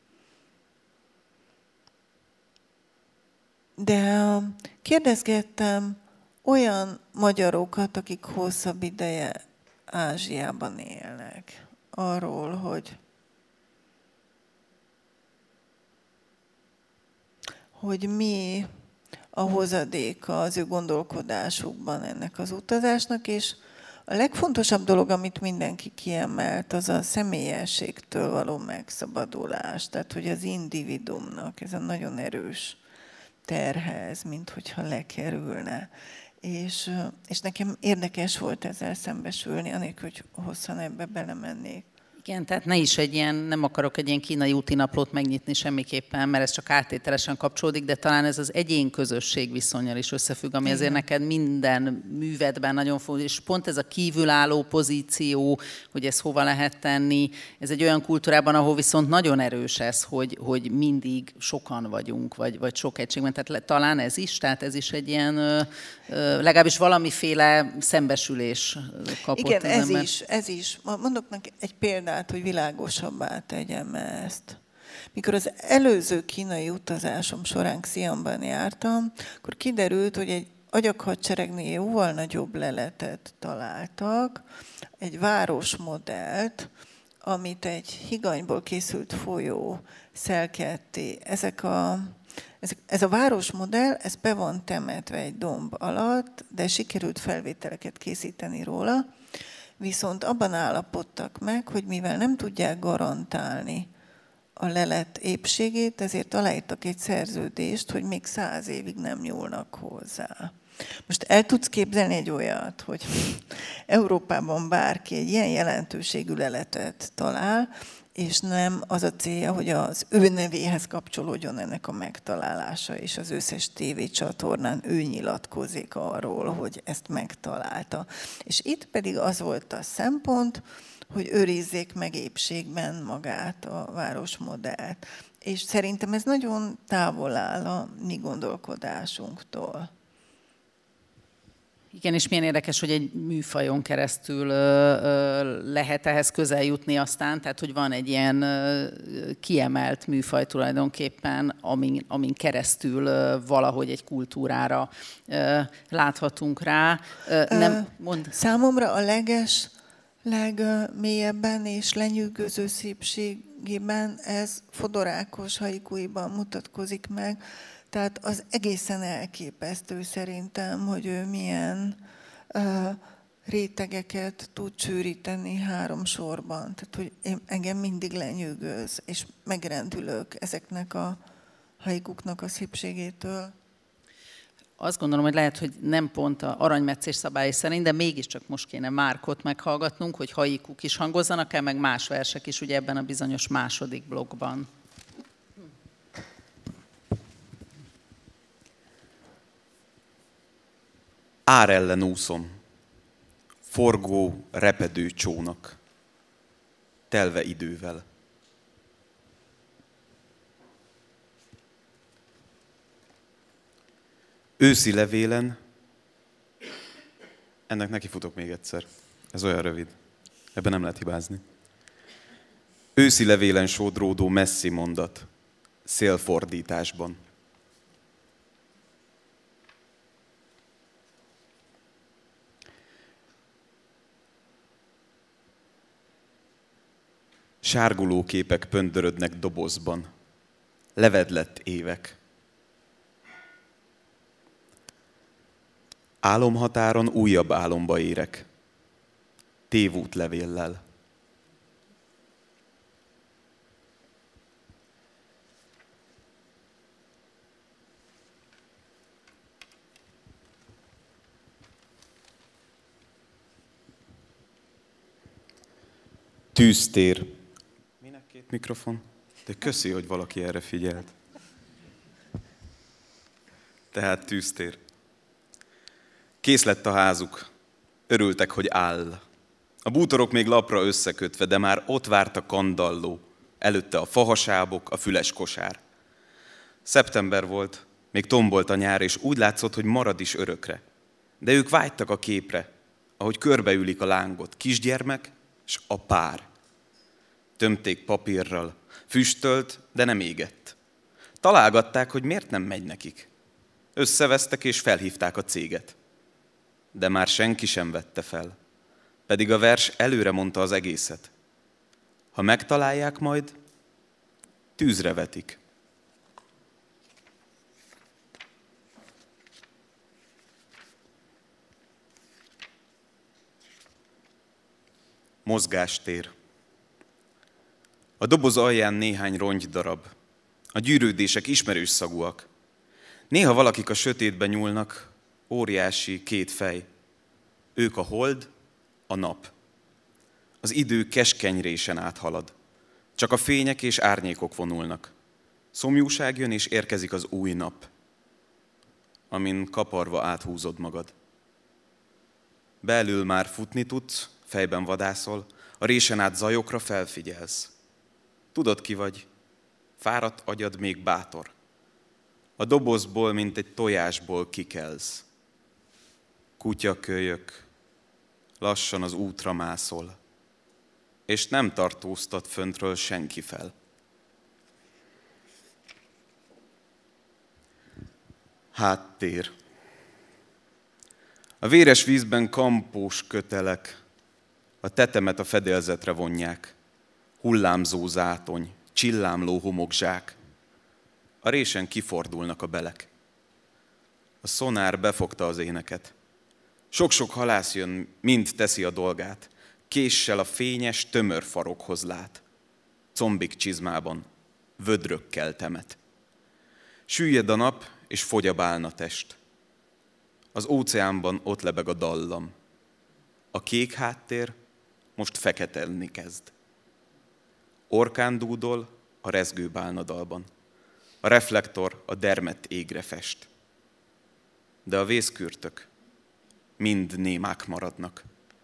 de kérdezgettem olyan magyarokat, akik hosszabb ideje Ázsiában élnek, arról, hogy, hogy mi a hozadéka az ő gondolkodásukban ennek az utazásnak, és a legfontosabb dolog, amit mindenki kiemelt, az a személyességtől való megszabadulás. Tehát, hogy az individuumnak ez a nagyon erős terhez, mint hogyha lekerülne. És, és nekem érdekes volt ezzel szembesülni, anélkül, hogy hosszan ebbe belemennék. Igen, tehát ne is egy ilyen, nem akarok egy ilyen kínai útinaplót megnyitni semmiképpen, mert ez csak áttételesen kapcsolódik, de talán ez az egyén-közösség viszonnyal is összefügg, ami azért neked minden művedben nagyon fontos, és pont ez a kívülálló pozíció, hogy ezt hova lehet tenni, ez egy olyan kultúrában, ahol viszont nagyon erős ez, hogy, hogy mindig sokan vagyunk, vagy, vagy sok egységben, tehát talán ez is, tehát ez is egy ilyen, legalábbis valamiféle szembesülés kapott. Igen, ez ember. is, ez is. Mondok neki egy példát, hogy világosabbá tegyem ezt. Mikor az előző kínai utazásom során Xi'anban jártam, akkor kiderült, hogy egy agyaghadseregnél jóval nagyobb leletet találtak, egy városmodellt, amit egy higanyból készült folyó szelkedté. Ezek a, ezek, ez a városmodell, ez be van temetve egy domb alatt, de sikerült felvételeket készíteni róla, viszont abban állapodtak meg, hogy mivel nem tudják garantálni a lelet épségét, ezért aláírtak egy szerződést, hogy még száz évig nem nyúlnak hozzá. Most el tudsz képzelni egy olyat, hogy Európában bárki egy ilyen jelentőségű leletet talál, és nem az a célja, hogy az ő nevéhez kapcsolódjon ennek a megtalálása, és az összes tévécsatornán ő nyilatkozik arról, hogy ezt megtalálta. És itt pedig az volt a szempont, hogy őrizzék meg épségben magát a városmodellt. És szerintem ez nagyon távol áll a mi gondolkodásunktól. Igen, és milyen érdekes, hogy egy műfajon keresztül ö, ö, lehet ehhez közel jutni aztán, tehát hogy van egy ilyen ö, kiemelt műfaj tulajdonképpen, amin, amin keresztül ö, valahogy egy kultúrára ö, láthatunk rá. Ö, nem, mond. Számomra a leges, legmélyebben és lenyűgöző szépségében ez Fodor Ákos haikuiban mutatkozik meg. Tehát az egészen elképesztő szerintem, hogy ő milyen uh, rétegeket tud csűríteni három sorban. Tehát, hogy én, engem mindig lenyűgöz, és megrendülök ezeknek a haikuknak a szépségétől. Azt gondolom, hogy lehet, hogy nem pont a aranymetszés szabályi szerint, de mégiscsak most kéne Márkot meghallgatnunk, hogy haikuk is hangozzanak el, meg más versek is ugye ebben a bizonyos második blokkban. Ár ellen úszom, forgó, repedő csónak, telve idővel. Őszi levélen, ennek nekifutok még egyszer, ez olyan rövid, ebben nem lehet hibázni. Őszi levélen sodródó messzi mondat, szélfordításban. Sárguló képek pöndörödnek dobozban, levedlett évek. Álomhatáron újabb álomba érek, tévútlevéllel. Tűztér. Minek két mikrofon? De köszi, hogy valaki erre figyelt. Tehát tűztér. Kész lett a házuk. Örültek, hogy áll. A bútorok még lapra összekötve, de már ott várt a kandalló. Előtte a fahasábok, a füles kosár. Szeptember volt, még tombolt a nyár, és úgy látszott, hogy marad is örökre. De ők vágytak a képre, ahogy körbeülik a lángot. Kisgyermek és a pár. Tömték papírral. Füstölt, de nem égett. Találgatták, hogy miért nem megy nekik. Összevesztek és felhívták a céget. De már senki sem vette fel. Pedig a vers előre mondta az egészet. Ha megtalálják majd, tűzre vetik. Mozgástér. A doboz alján néhány rongydarab. A gyűrődések ismerős szagúak. Néha valakik a sötétbe nyúlnak, óriási két fej. Ők a hold, a nap. Az idő keskeny résen áthalad. Csak a fények és árnyékok vonulnak. Szomjúság jön, és érkezik az új nap, amin kaparva áthúzod magad. Belül már futni tudsz, fejben vadászol, a résen át zajokra felfigyelsz. Tudod, ki vagy, fáradt agyad még bátor. A dobozból, mint egy tojásból kikelsz. Kutyakölyök, lassan az útra mászol, és nem tartóztat föntről senki fel. Háttér. A véres vízben kampós kötelek a tetemet a fedélzetre vonják. Hullámzó zátony, csillámló homokzsák. A résen kifordulnak a belek. A szonár befogta az éneket. Sok-sok halász jön, mind teszi a dolgát. Késsel a fényes, tömör farokhoz lát. Combik csizmában, vödrökkel temet. Süllyed a nap, és fogy a bálna test. Az óceánban ott lebeg a dallam. A kék háttér most feketelni kezd. Orkán dúdol a rezgő bálnadalban. A reflektor a dermedt égre fest. De a vészkürtök mind némák maradnak.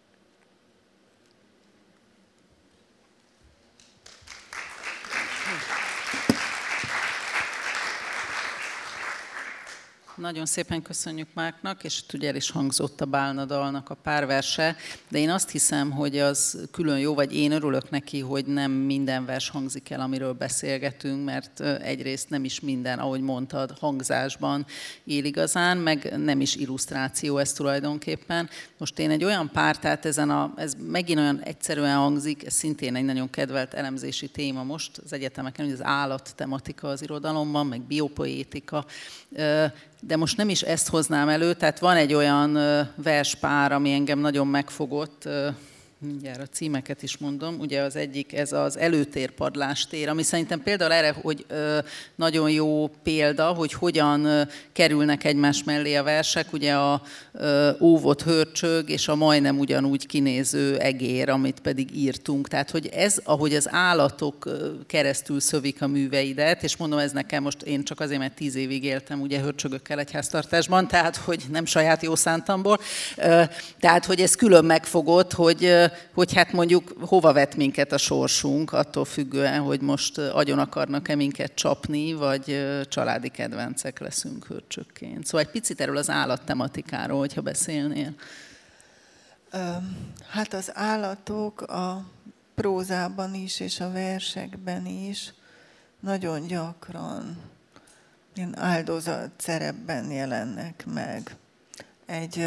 Nagyon szépen köszönjük Márknak, és ugye el is hangzott a Bálna dalnak a pár verse, de én azt hiszem, hogy az külön jó, vagy én örülök neki, hogy nem minden vers hangzik el, amiről beszélgetünk, mert egyrészt nem is minden, ahogy mondtad, hangzásban él igazán, meg nem is illusztráció ez tulajdonképpen. Most én egy olyan pár, tehát ezen a, ez megint olyan egyszerűen hangzik, ez szintén egy nagyon kedvelt elemzési téma most az egyetemeken, hogy az állat tematika az irodalomban, meg biopoétika, de most nem is ezt hoznám elő, tehát van egy olyan verspár, ami engem nagyon megfogott, Mindjárt a címeket is mondom. Ugye az egyik, ez az előtérpadlástér, ami szerintem például erre, hogy nagyon jó példa, hogy hogyan kerülnek egymás mellé a versek. Ugye a óvott hörcsög és a majdnem ugyanúgy kinéző egér, amit pedig írtunk. Tehát, hogy ez, ahogy az állatok keresztül szövik a műveidet, és mondom, ez nekem most, én csak azért, mert tíz évig éltem ugye hörcsögökkel egy háztartásban, tehát, hogy nem saját jó szántamból. Tehát, hogy ez külön megfogott, hogy hogy hát mondjuk hova vet minket a sorsunk, attól függően, hogy most agyon akarnak-e minket csapni, vagy családi kedvencek leszünk hörcsökként. Szóval egy picit erről az állattematikáról, hogyha beszélnél. Hát az állatok a prózában is, és a versekben is nagyon gyakran ilyen áldozat szerepben jelennek meg. Egy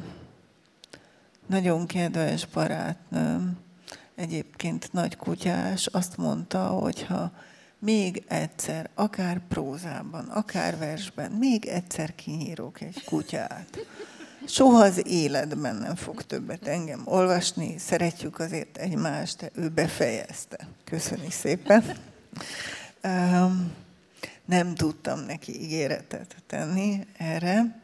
nagyon kedves barátnőm, egyébként nagy kutyás, azt mondta, hogyha még egyszer, akár prózában, akár versben, még egyszer kinyírok egy kutyát, soha az életben nem fog többet engem olvasni, szeretjük azért egymást, de ő befejezte. Köszönjük szépen. Nem tudtam neki ígéretet tenni erre.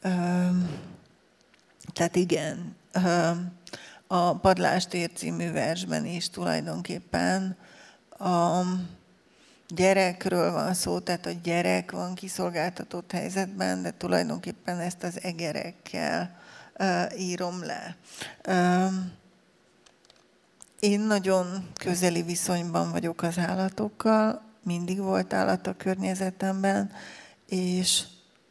Tehát igen, a Padlástér című versben is tulajdonképpen a gyerekről van szó, tehát a gyerek van kiszolgáltatott helyzetben, de tulajdonképpen ezt az egerekkel írom le. Én nagyon közeli viszonyban vagyok az állatokkal, mindig volt állat a környezetemben, és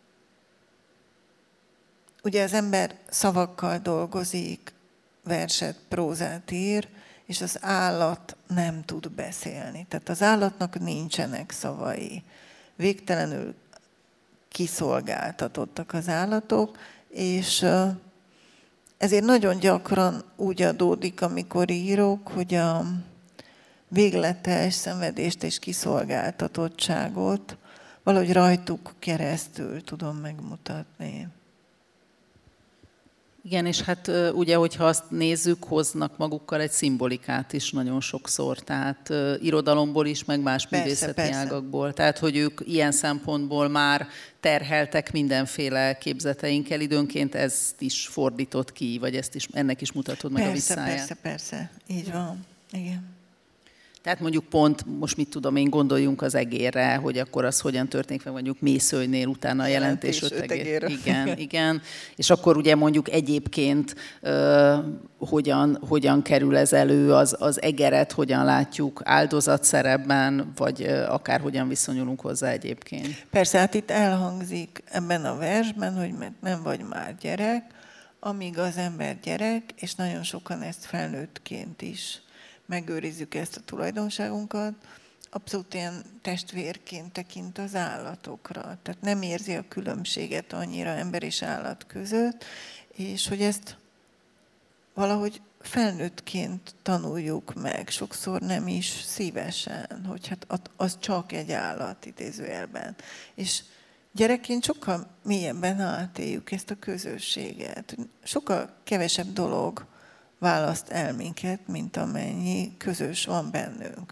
ugye az ember szavakkal dolgozik, verset, prózát ír, és az állat nem tud beszélni. Tehát az állatnak nincsenek szavai. Végtelenül kiszolgáltatottak az állatok, és ezért nagyon gyakran úgy adódik, amikor írok, hogy a végletes szenvedést és kiszolgáltatottságot valahogy rajtuk keresztül tudom megmutatni. Igen, és hát ugye, hogyha azt nézzük, hoznak magukkal egy szimbolikát is nagyon sokszor, tehát uh, irodalomból is, meg más persze, művészeti persze. ágakból. Tehát, hogy ők ilyen szempontból már terheltek mindenféle képzeteinkkel, időnként ezt is fordított ki, vagy ezt is, ennek is mutatod meg persze, a visszáját. Persze, persze, így van, igen. Tehát mondjuk pont, most mit tudom én, gondoljunk az egérre, hogy akkor az hogyan történik, vagy mondjuk Mészőnynél utána a jelentés, jelentés öt egér. Igen, igen. És akkor ugye mondjuk egyébként uh, hogyan, hogyan kerül ez elő, az, az egeret hogyan látjuk áldozatszerepben, vagy uh, akár hogyan viszonyulunk hozzá egyébként. Persze, hát itt elhangzik ebben a versben, hogy mert nem vagy már gyerek, amíg az ember gyerek, és nagyon sokan ezt felnőttként is megőrizzük ezt a tulajdonságunkat, abszolút ilyen testvérként tekint az állatokra. Tehát nem érzi a különbséget annyira ember és állat között, és hogy ezt valahogy felnőttként tanuljuk meg, sokszor nem is szívesen, hogy hát az csak egy állat idézőjelben. És gyerekként sokkal mélyebben átéljük ezt a közösséget. Sokkal kevesebb dolog választ el minket, mint amennyi közös van bennünk.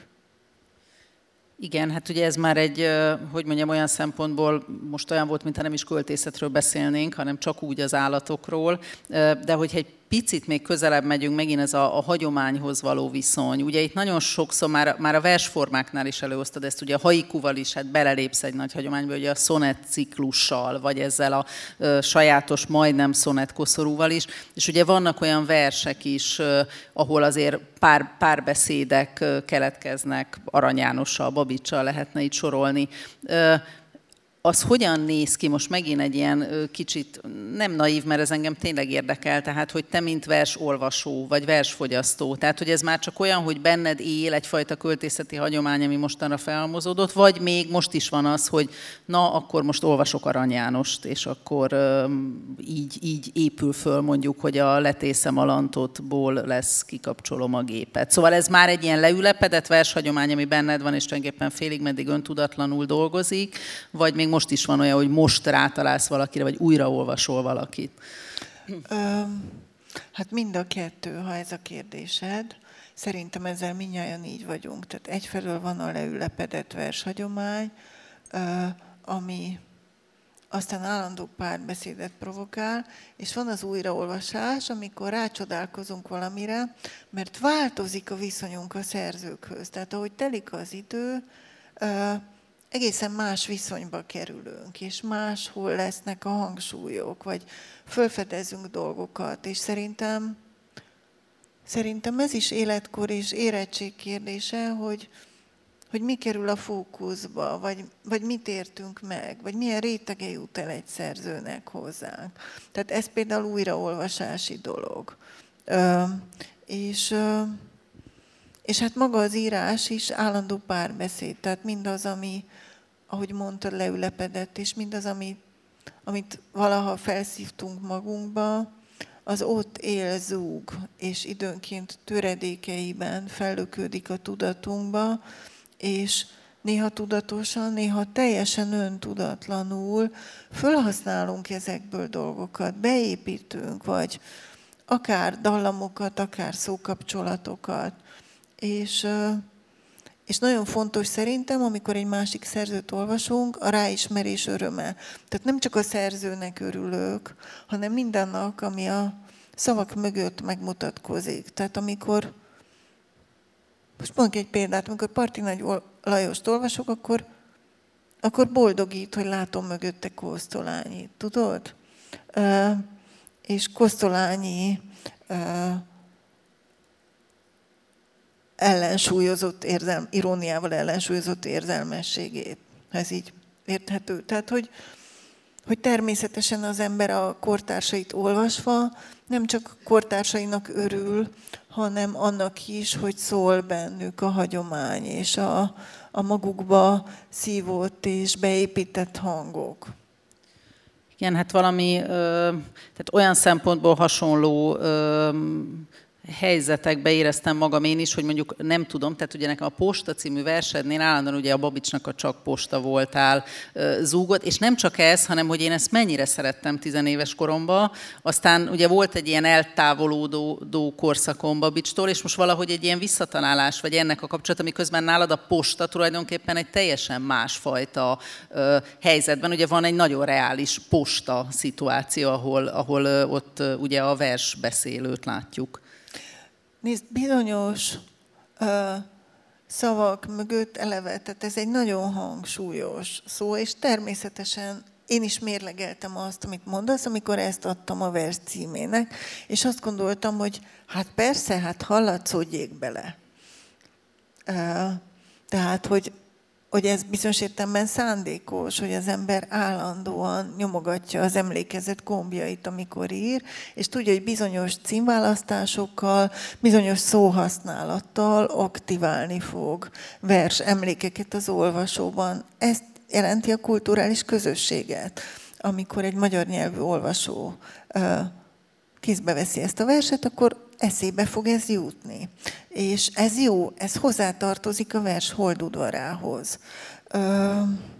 Igen, hát ugye ez már egy, hogy mondjam, olyan szempontból most olyan volt, mintha nem is költészetről beszélnénk, hanem csak úgy az állatokról, de hogyha egy picit még közelebb megyünk, megint ez a, a hagyományhoz való viszony. Ugye itt nagyon sokszor már, már a versformáknál is előhoztad ezt, ugye a haikuval is hát belelépsz egy nagy hagyományba, ugye a szonett ciklussal, vagy ezzel a ö, sajátos, majdnem szonett koszorúval is, és ugye vannak olyan versek is, ö, ahol azért pár, párbeszédek ö, keletkeznek, Arany Jánossal, Babicsal lehetne itt sorolni. Ö, Az hogyan néz ki, most megint egy ilyen kicsit, nem naív, mert ez engem tényleg érdekel, tehát hogy te mint versolvasó, vagy versfogyasztó, tehát hogy ez már csak olyan, hogy benned él egyfajta költészeti hagyomány, ami mostanra felhalmozódott, vagy még most is van az, hogy na, akkor most olvasok Arany Jánost, és akkor így, így épül föl mondjuk, hogy a letészem a lantotból lesz, kikapcsolom a gépet. Szóval ez már egy ilyen leülepedett vershagyomány, ami benned van, és tulajdonképpen félig meddig öntudatlanul dolgozik, vagy még most is van olyan, hogy most rátalálsz valakire, vagy újraolvasol valakit? Hát mind a kettő, ha ez a kérdésed. Szerintem ezzel mindnyájan így vagyunk. Tehát egyfelől van a leülepedett vershagyomány, ami aztán állandó párbeszédet provokál, és van az újraolvasás, amikor rácsodálkozunk valamire, mert változik a viszonyunk a szerzőkhöz. Tehát ahogy telik az idő, egészen más viszonyba kerülünk, és máshol lesznek a hangsúlyok, vagy fölfedezünk dolgokat, és szerintem, szerintem ez is életkor és érettség kérdése, hogy, hogy mi kerül a fókuszba, vagy, vagy mit értünk meg, vagy milyen rétege jut el egy szerzőnek hozzánk. Tehát ez például újraolvasási dolog. Ö, és, ö, és hát maga az írás is állandó párbeszéd, tehát mindaz, ami, ahogy mondtad, leülepedett, és mindaz, amit, amit valaha felszívtunk magunkba, az ott él, zúg, és időnként töredékeiben fellökődik a tudatunkba, és néha tudatosan, néha teljesen öntudatlanul fölhasználunk ezekből dolgokat, beépítünk, vagy akár dallamokat, akár szókapcsolatokat. És, és nagyon fontos szerintem, amikor egy másik szerzőt olvasunk, a ráismerés öröme. Tehát nem csak a szerzőnek örülök, hanem mindannak, ami a szavak mögött megmutatkozik. Tehát amikor, most mondok egy példát, amikor Parti Nagy Lajost olvasok, akkor, akkor boldogít, hogy látom mögötte Kosztolányit, tudod? Uh, és Kosztolányi uh, ellensúlyozott érzelm, iróniával ellensúlyozott érzelmességét. Ez így érthető. Tehát, hogy, hogy természetesen az ember a kortársait olvasva nem csak kortársainak örül, hanem annak is, hogy szól bennük a hagyomány és a, a magukba szívott és beépített hangok. Igen, hát valami, tehát olyan szempontból hasonló helyzetekbe éreztem magam én is, hogy mondjuk nem tudom, tehát ugye nekem a Posta című versednél állandóan ugye a Babicsnak a Csak Posta voltál zúgott, és nem csak ez, hanem hogy én ezt mennyire szerettem tizenéves koromban, aztán ugye volt egy ilyen eltávolódó korszakom Babicstól, és most valahogy egy ilyen visszatalálás, vagy ennek a kapcsolat, amiközben nálad a Posta tulajdonképpen egy teljesen másfajta helyzetben, ugye van egy nagyon reális posta szituáció, ahol, ahol ott ugye a versbeszélőt látjuk. Nézd, bizonyos uh, szavak mögött eleve, tehát ez egy nagyon hangsúlyos szó, és természetesen én is mérlegeltem azt, amit mondasz, amikor ezt adtam a vers címének, és azt gondoltam, hogy hát persze, hát hallatszódjék bele. Uh, tehát, hogy hogy ez bizonyos értelemben szándékos, hogy az ember állandóan nyomogatja az emlékezet gombjait, amikor ír, és tudja, hogy bizonyos címválasztásokkal, bizonyos szóhasználattal aktiválni fog vers emlékeket az olvasóban. Ezt jelenti a kulturális közösséget, amikor egy magyar nyelvű olvasó kézbe veszi ezt a verset, akkor eszébe fog ez jutni. És ez jó, ez hozzátartozik a vers holdudvarához. Ö,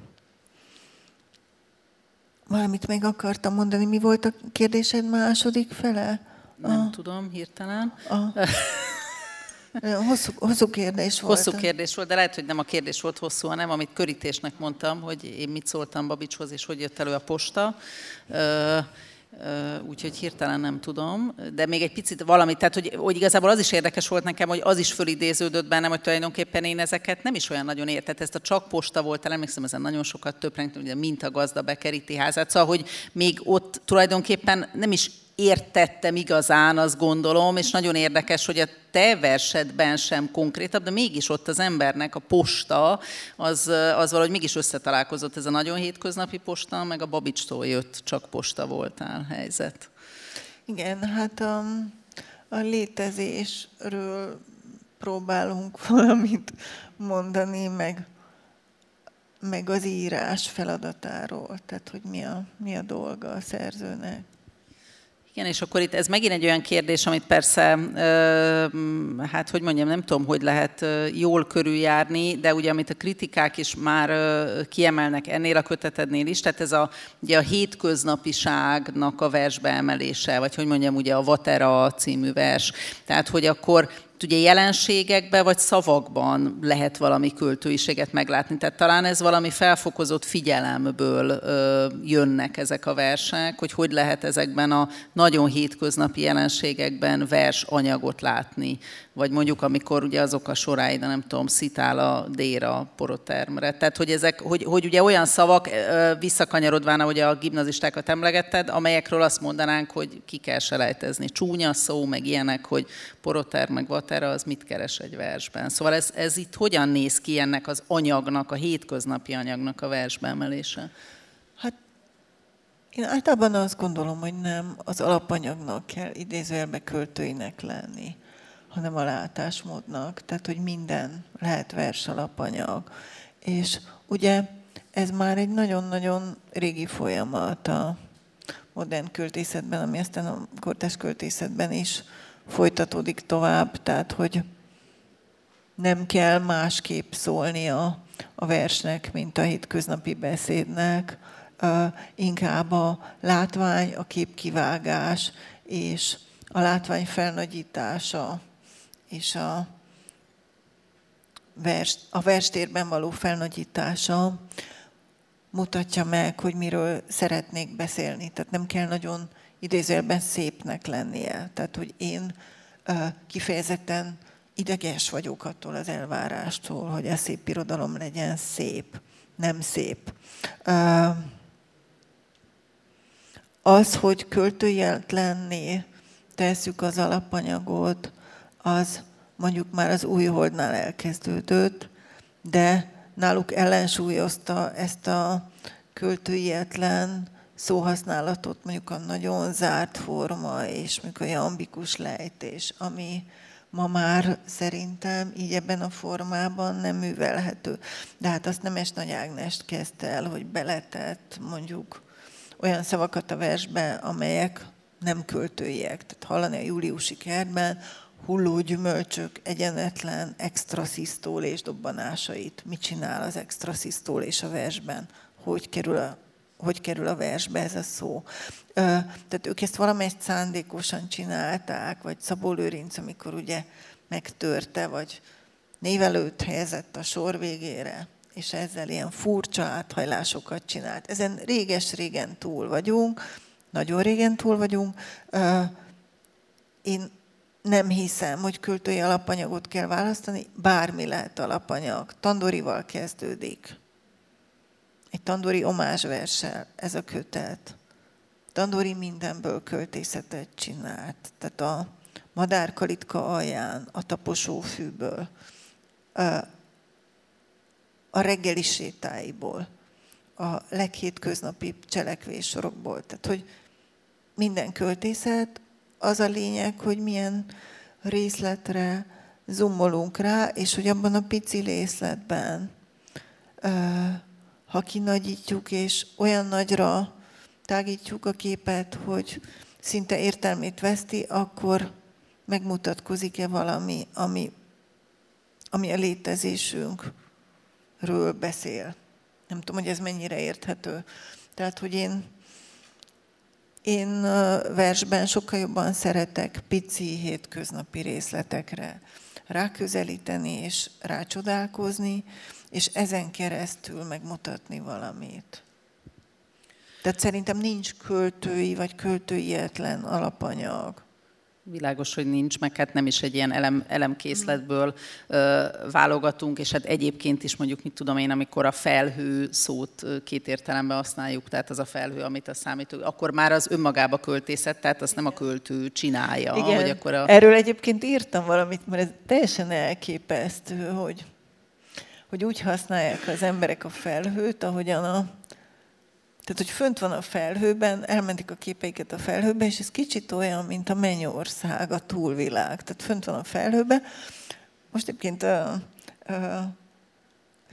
valamit még akartam mondani. Mi volt a kérdésed második fele? Nem a, tudom, hirtelen. A, hosszú, hosszú kérdés volt. Hosszú kérdés volt, de lehet, hogy nem a kérdés volt hosszú, hanem amit körítésnek mondtam, hogy én mit szóltam Babicshoz, és hogy jött elő a Posta. Ö, úgyhogy hirtelen nem tudom, de még egy picit valami, tehát hogy, hogy igazából az is érdekes volt nekem, hogy az is fölidéződött bennem, hogy tulajdonképpen én ezeket nem is olyan nagyon értettem. Ezt a Csak Posta volt, emlékszem, ezen nagyon sokat töprengtem, ugye mint a gazda bekeríti házát, szóval, hogy még ott tulajdonképpen nem is értettem igazán, azt gondolom, és nagyon érdekes, hogy a te versedben sem konkrétabb, de mégis ott az embernek a posta, az, az valahogy mégis összetalálkozott, ez a nagyon hétköznapi posta, meg a Babicstól jött Csak Posta voltál helyzet. Igen, hát a, a létezésről próbálunk valamit mondani, meg, meg az írás feladatáról, tehát hogy mi a, mi a dolga a szerzőnek. Igen, és akkor itt ez megint egy olyan kérdés, amit persze, hát hogy mondjam, nem tudom, hogy lehet jól körüljárni, de ugye amit a kritikák is már kiemelnek ennél a kötetednél is, tehát ez a, ugye a hétköznapiságnak a versbe emelése, vagy hogy mondjam, ugye a Vatera című vers, tehát hogy akkor ugye jelenségekben vagy szavakban lehet valami költőiséget meglátni. Tehát talán ez valami felfokozott figyelemből ö, jönnek ezek a versek, hogy hogy lehet ezekben a nagyon hétköznapi jelenségekben versanyagot látni. Vagy mondjuk, amikor ugye azok a sorái, de nem tudom, szitál a déra porotermre. Tehát, hogy ezek, hogy, hogy ugye olyan szavak, visszakanyarodván, ahogy a gimnazistákat emlegetted, amelyekről azt mondanánk, hogy ki kell selejtezni. Csúnya szó, meg ilyenek, hogy poroterm, meg vatera, az mit keres egy versben. Szóval ez, ez itt hogyan néz ki ennek az anyagnak, a hétköznapi anyagnak a versbe emelése? Hát én általában azt gondolom, hogy nem az alapanyagnak kell idézőjelbe költőinek lenni, hanem a látásmódnak, tehát hogy minden lehet vers alapanyag. És ugye ez már egy nagyon-nagyon régi folyamat a modern költészetben, ami aztán a kortárs költészetben is folytatódik tovább, tehát hogy nem kell másképp szólni a, a versnek, mint a hétköznapi beszédnek, uh, inkább a látvány, a képkivágás és a látvány felnagyítása és a, vers, a verstérben való felnagyítása mutatja meg, hogy miről szeretnék beszélni. Tehát nem kell nagyon idézőjelben szépnek lennie. Tehát, hogy én uh, kifejezetten ideges vagyok attól az elvárástól, hogy a szép irodalom legyen szép, nem szép. Uh, az, hogy költőjetlenné tesszük az alapanyagot, az mondjuk már az Újholdnál elkezdődött, de náluk ellensúlyozta ezt a költőjetlen szóhasználatot, mondjuk a nagyon zárt forma, és mondjuk a jambikus lejtés, ami ma már szerintem így ebben a formában nem művelhető. De hát azt Nemes Nagy Ágnest kezdte el, hogy beletett mondjuk olyan szavakat a versbe, amelyek nem költőiek. Tehát hallani a Júliusi kertben hulló gyümölcsök egyenetlen extraszisztólés dobbanásait. Mit csinál az extraszisztólés a versben? Hogy kerül a, hogy kerül a versbe ez a szó? Tehát ők ezt valamelyest szándékosan csinálták, vagy Szabó Lőrinc, amikor ugye megtörte, vagy névelőt helyezett a sor végére, és ezzel ilyen furcsa áthajlásokat csinált. Ezen réges-régen túl vagyunk, nagyon régen túl vagyunk. Én nem hiszem, hogy költői alapanyagot kell választani, bármi lehet alapanyag. Tandorival kezdődik. Egy Tandori omázsverssel ez a kötet. Tandori mindenből költészetet csinált. Tehát a madárkalitka alján, a taposófűből, a reggeli sétáiból, a leghétköznapibb cselekvéssorokból. Tehát, hogy minden költészet, az a lényeg, hogy milyen részletre zoomolunk rá, és hogy abban a pici részletben, ha kinagyítjuk, és olyan nagyra tágítjuk a képet, hogy szinte értelmét veszti, akkor megmutatkozik-e valami, ami, ami a létezésünkről beszél. Nem tudom, hogy ez mennyire érthető. Tehát, hogy én, én versben sokkal jobban szeretek pici, hétköznapi részletekre ráközelíteni és rácsodálkozni, és ezen keresztül megmutatni valamit. Tehát szerintem nincs költői vagy költőietlen alapanyag. Világos, hogy nincs, meg hát nem is egy ilyen elem, elemkészletből ö, válogatunk, és hát egyébként is mondjuk, mit tudom én, amikor a felhő szót két értelemben használjuk, tehát az a felhő, amit a számító, akkor már az önmagába költészet, tehát azt nem a költő csinálja. Igen, hogy akkor a... erről egyébként írtam valamit, mert ez teljesen elképesztő, hogy, hogy úgy használják az emberek a felhőt, ahogyan a Tehát, hogy fönt van a felhőben, elmentik a képeiket a felhőbe, és ez kicsit olyan, mint a mennyország, a túlvilág. Tehát fönt van a felhőben. Most egyébként a, a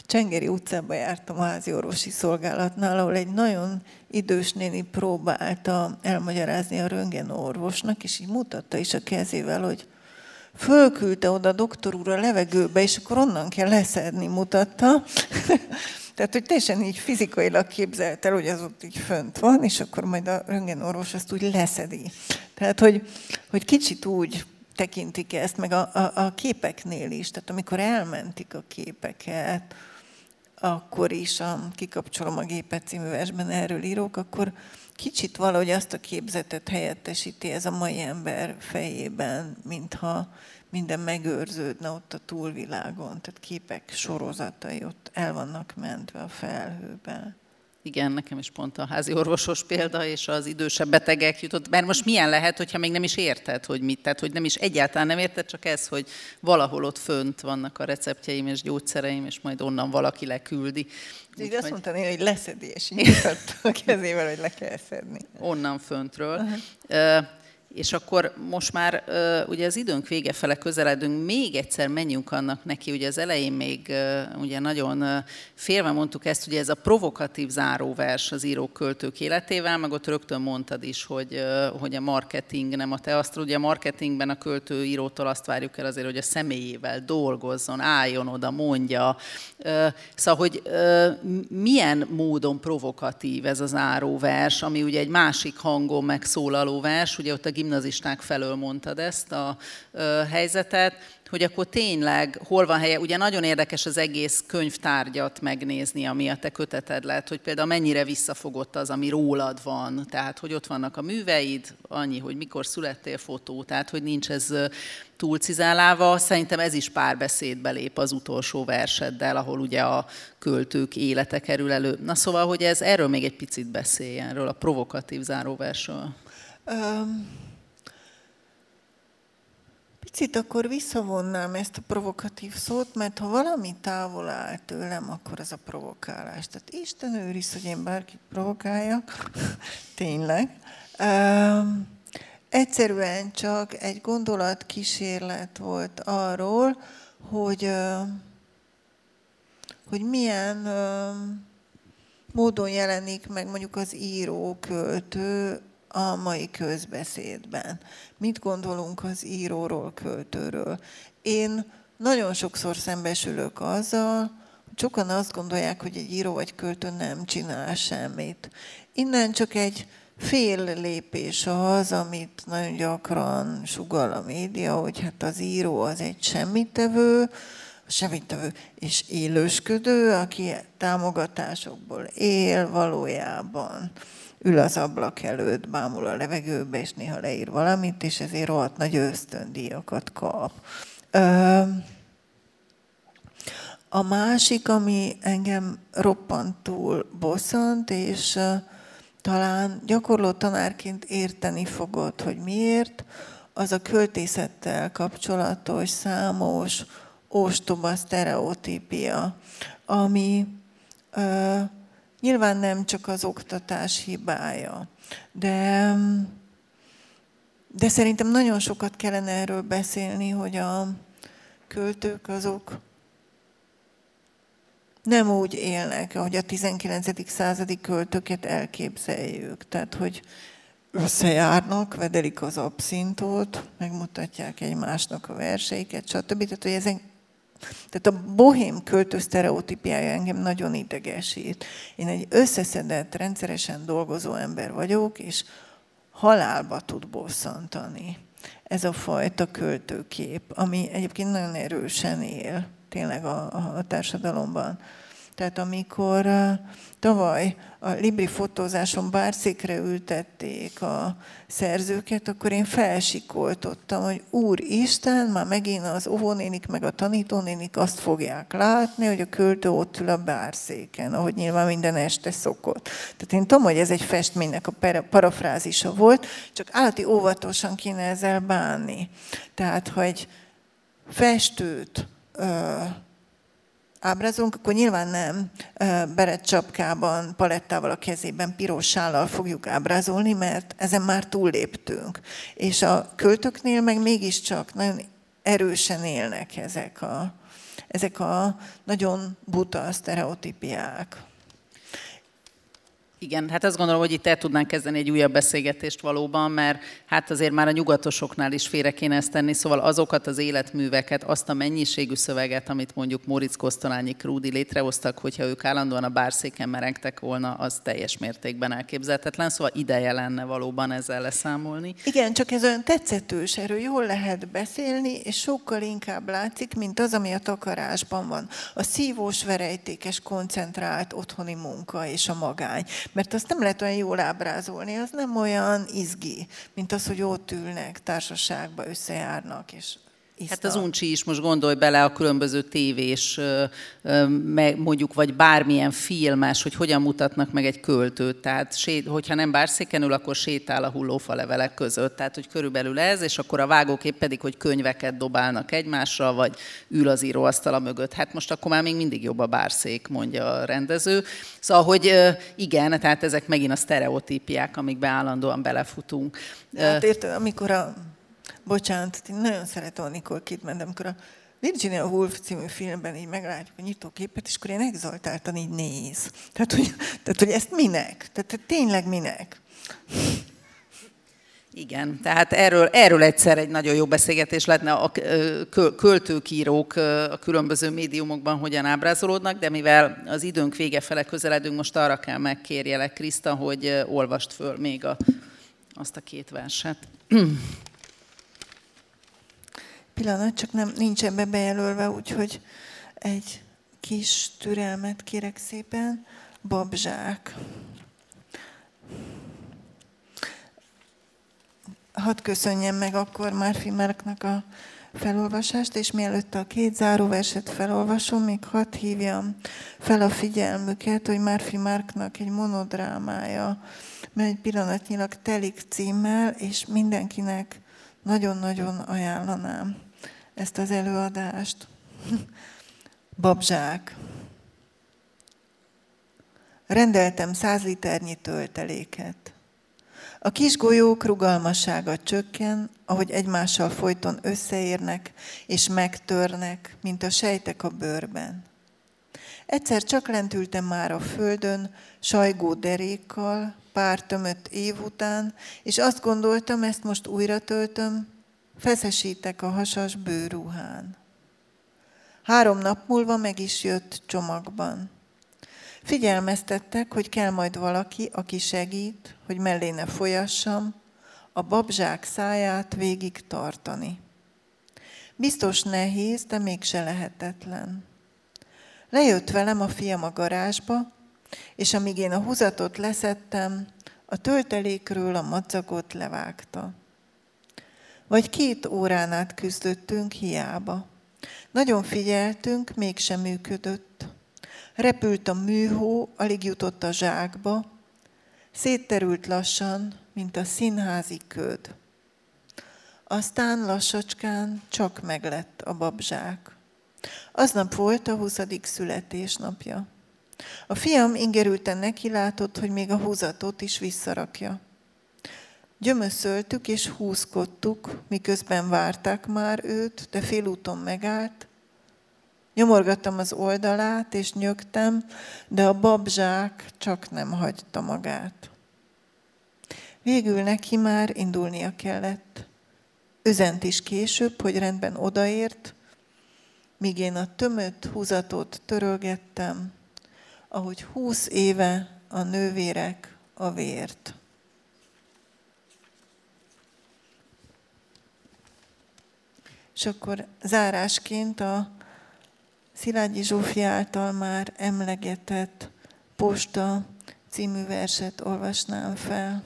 Csengeri utcában jártam a házi orvosi szolgálatnál, ahol egy nagyon idős néni próbálta elmagyarázni a röntgenorvosnak, és így mutatta is a kezével, hogy fölküldte oda a doktor úr a levegőbe, és akkor onnan kell leszedni, mutatta. Tehát, hogy teljesen így fizikailag képzelt el, hogy az ott így fönt van, és akkor majd a röntgenorvos azt úgy leszedi. Tehát, hogy, hogy kicsit úgy tekintik ezt, meg a, a, a képeknél is. Tehát amikor elmentik a képeket, akkor is, a Kikapcsolom a gépet című versben erről írok, akkor kicsit valahogy azt a képzetet helyettesíti ez a mai ember fejében, mintha minden megőrződne ott a túlvilágon. Tehát képek sorozatai ott el vannak mentve a felhőben. Igen, nekem is pont a házi orvosos példa, és az idősebb betegek jutott. Mert most milyen lehet, hogyha még nem is érted, hogy mit, tehát hogy nem is egyáltalán nem érted, csak ez, hogy valahol ott fönt vannak a receptjeim és gyógyszereim, és majd onnan valaki leküldi. Így úgy, azt mondta néha, hogy leszedi, és így mutatta a kezével, hogy le kell szedni. Onnan föntről. Uh-huh. És akkor most már ugye az időnk vége fele közeledünk, még egyszer menjünk annak neki, ugye az elején még ugye nagyon félve mondtuk ezt, ugye ez a provokatív záróvers az írók-költők életével, meg ott rögtön mondtad is, hogy, hogy a marketing nem a te azt, ugye a marketingben a költő írótól azt várjuk el azért, hogy a személyével dolgozzon, álljon oda, mondja. Szóval, hogy milyen módon provokatív ez a záróvers, ami ugye egy másik hangon megszólaló vers, ugye ott a gimnazisták felől mondtad ezt a ö, helyzetet, hogy akkor tényleg hol van helye. Ugye nagyon érdekes az egész könyvtárgyat megnézni, ami a te köteted lett, hogy például mennyire visszafogott az, ami rólad van. Tehát, hogy ott vannak a műveid, annyi, hogy mikor születtél, fotó, tehát, hogy nincs ez túlcizálálva. Szerintem ez is párbeszédbe lép az utolsó verseddel, ahol ugye a költők élete kerül elő. Na szóval, hogy ez erről még egy picit beszéljen, erről a provokatív záróversről. Um... Picit akkor visszavonnám ezt a provokatív szót, mert ha valami távol áll tőlem, akkor az a provokálás. Tehát Isten őriz, hogy én bárkit provokáljak, tényleg. Um, egyszerűen csak egy gondolatkísérlet volt arról, hogy, uh, hogy milyen uh, módon jelenik meg mondjuk az író, költő a mai közbeszédben. Mit gondolunk az íróról, költőről? Én nagyon sokszor szembesülök azzal, hogy sokan azt gondolják, hogy egy író vagy költő nem csinál semmit. Innen csak egy fél lépés az, amit nagyon gyakran sugall a média, hogy hát az író az egy semmittevő, semmittevő és élősködő, aki támogatásokból él valójában. Ül az ablak előtt, bámul a levegőbe, és néha leír valamit, és ezért rohadt nagy ösztöndíjakat kap. A másik, ami engem roppantul bosszant, és talán gyakorló tanárként érteni fogod, hogy miért, az a költészettel kapcsolatos számos ostoba sztereotípia, ami nyilván nem csak az oktatás hibája, de, de szerintem nagyon sokat kellene erről beszélni, hogy a költők azok nem úgy élnek, ahogy a tizenkilencedik századi költőket elképzeljük. Tehát, hogy összejárnak, vedelik az abszintot, megmutatják egymásnak a verseiket, stb. Tehát, hogy ezen Tehát a bohém költő sztereotípiája engem nagyon idegesít. Én egy összeszedett, rendszeresen dolgozó ember vagyok, és halálba tud bosszantani ez a fajta költőkép, ami egyébként nagyon erősen él tényleg a, a társadalomban. Tehát amikor uh, tavaly a Libri fotózáson bárszékre ültették a szerzőket, akkor én felsikoltottam, hogy Úristen, már megint az óvónénik meg a tanítónénik azt fogják látni, hogy a költő ott ül a bárszéken, ahogy nyilván minden este szokott. Tehát én tudom, hogy ez egy festménynek a parafrázisa volt, csak állati óvatosan kéne ezzel bánni. Tehát, ha egy festőt uh, ábrázolunk, akkor nyilván nem berett csapkában, palettával a kezében, piros sállal fogjuk ábrázolni, mert ezen már túlléptünk. És a költőknél meg mégiscsak nagyon erősen élnek ezek a, ezek a nagyon buta sztereotípiák. Igen, hát azt gondolom, hogy itt el tudnánk kezdeni egy újabb beszélgetést valóban, mert hát azért már a nyugatosoknál is félre kéne ezt tenni, szóval azokat az életműveket, azt a mennyiségű szöveget, amit mondjuk Móricz Kosztolányi, Krúdy létrehoztak, hogyha ők állandóan a bárszéken merengtek volna, az teljes mértékben elképzelhetetlen, szóval ideje lenne valóban ezzel leszámolni. Igen, csak ez olyan tetszetős, erről jól lehet beszélni, és sokkal inkább látszik, mint az, ami a takarásban van. A szívós, verejtékes, koncentrált otthoni munka és a magány. Mert azt nem lehet olyan jól ábrázolni, az nem olyan izgi, mint az, hogy ott ülnek, társaságba összejárnak, és isznak. Hát az uncsi is, most gondolj bele a különböző tévés, mondjuk, vagy bármilyen filmes, hogy hogyan mutatnak meg egy költőt. Tehát, hogyha nem bárszéken ül, akkor sétál a hullófa levelek között. Tehát, hogy körülbelül ez, és akkor a vágókép pedig, hogy könyveket dobálnak egymásra, vagy ül az íróasztala mögött. Hát most akkor már még mindig jobb a bárszék, mondja a rendező. Szóval, hogy igen, tehát ezek megint a sztereotípiák, amikbe állandóan belefutunk. Hát érted, amikor a... Bocsánat, én nagyon szeretem a Nicole Kidman, de amikor a Virginia Woolf című filmben így meglátjuk a nyitóképet, és akkor én exaltáltan így néz. Tehát, hogy, tehát, hogy ezt minek? Tehát tényleg minek? Igen, tehát erről, erről egyszer egy nagyon jó beszélgetés lehetne, a költők, írók a különböző médiumokban hogyan ábrázolódnak, de mivel az időnk vége fele közeledünk, most arra kell megkérjelek, Kriszta, hogy olvast föl még a, azt a két verset. Pillanat, csak nem, nincs ebbe bejelölve, úgyhogy egy kis türelmet kérek szépen. Babzsák. Hadd köszönjem meg akkor Murphy Marknak a felolvasást, és mielőtt a két záróverset felolvasom, még hadd hívjam fel a figyelmüket, hogy Murphy Marknak egy monodrámája, mert egy pillanatnyilag telik címmel, és mindenkinek nagyon-nagyon ajánlanám ezt az előadást. Babzsák. Rendeltem száz liternyi tölteléket. A kis golyók rugalmassága csökken, ahogy egymással folyton összeérnek és megtörnek, mint a sejtek a bőrben. Egyszer csak lent ültem már a földön, sajgó derékkal, pár tömött év után, és azt gondoltam, ezt most újra töltöm, feszesítek a hasas bőrruhán. Három nap múlva meg is jött csomagban. Figyelmeztettek, hogy kell majd valaki, aki segít, hogy mellé ne folyassam, a babzsák száját végig tartani. Biztos nehéz, de mégse lehetetlen. Lejött velem a fiam a garázsba, és amíg én a húzatot leszettem, a töltelékről a madzagot levágta. Vagy két órán át küzdöttünk hiába. Nagyon figyeltünk, mégsem működött. Repült a műhó, alig jutott a zsákba, szétterült lassan, mint a színházi köd. Aztán lassacskán csak meglett a babzsák. Aznap volt a huszadik születésnapja. A fiam ingerülten nekilátott, hogy még a húzatot is visszarakja. Gyömöszöltük és húzkodtuk, miközben várták már őt, de félúton megállt. Nyomorgattam az oldalát és nyögtem, de a babzsák csak nem hagyta magát. Végül neki már indulnia kellett. Üzent is később, hogy rendben odaért, míg én a tömött húzatot törölgettem, ahogy húsz éve a nővérek a vért. És akkor zárásként a Szilágyi Zsófi által már emlegetett Posta című verset olvasnám fel.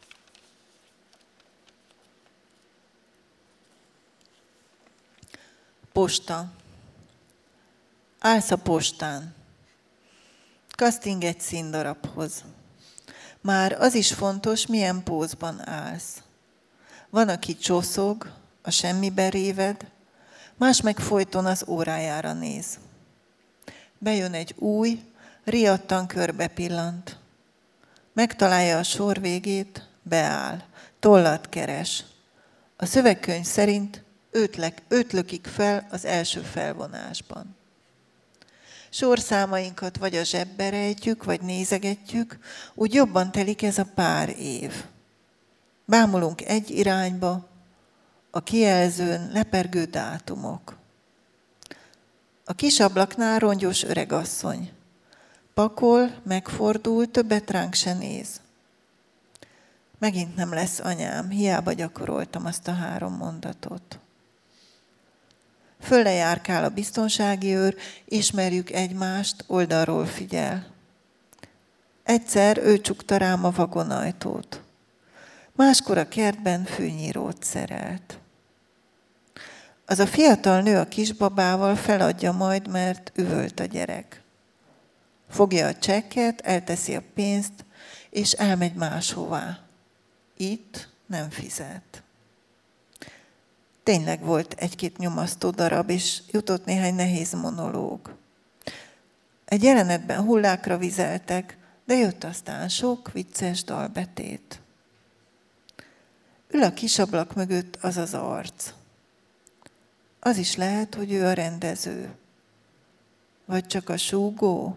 Posta. Állsz a postán. Casting egy színdarabhoz. Már az is fontos, milyen pózban állsz. Van, aki csoszog, a semmibe réved, más meg folyton az órájára néz. Bejön egy új, riadtan körbe pillant. Megtalálja a sor végét, beáll, tollat keres. A szövegkönyv szerint öt lökik fel az első felvonásban. Sorszámainkat vagy a zsebbe rejtjük, vagy nézegetjük, úgy jobban telik ez a pár év. Bámulunk egy irányba, a kijelzőn lepergő dátumok. A kis ablaknál rongyos öregasszony. Pakol, megfordul, többet ránk se néz. Megint nem lesz anyám, hiába gyakoroltam azt a három mondatot. Fölle járkál a biztonsági őr, ismerjük egymást, oldalról figyel. Egyszer ő csukta rám a vagonajtót. Máskor a kertben fűnyírót szerelt. Az a fiatal nő a kisbabával feladja majd, mert üvölt a gyerek. Fogja a csekket, elteszi a pénzt, és elmegy máshová. Itt nem fizet. Tényleg volt egy-két nyomasztó darab, és jutott néhány nehéz monológ. Egy jelenetben hullákra vizeltek, de jött aztán sok vicces dalbetét. Ül a kisablak mögött az az arc. Az is lehet, hogy ő a rendező. Vagy csak a súgó.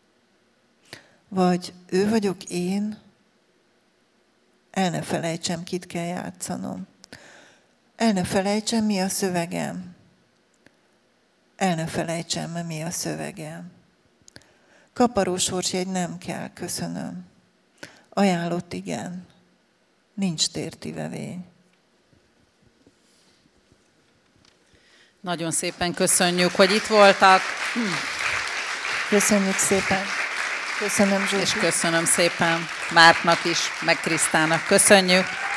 Vagy ő vagyok én. El ne felejtsem, kit kell játszanom. El ne felejtsem, mi a szövegem. El ne felejtsem, mi a szövegem. Kaparó sorsjegy nem kell, köszönöm. Ajánlott igen. Nincs tértivevény. Nagyon szépen köszönjük, hogy itt voltak. Köszönjük szépen. Köszönöm, Zsuzsi. És köszönöm szépen Márknak is, meg Krisztának. Köszönjük.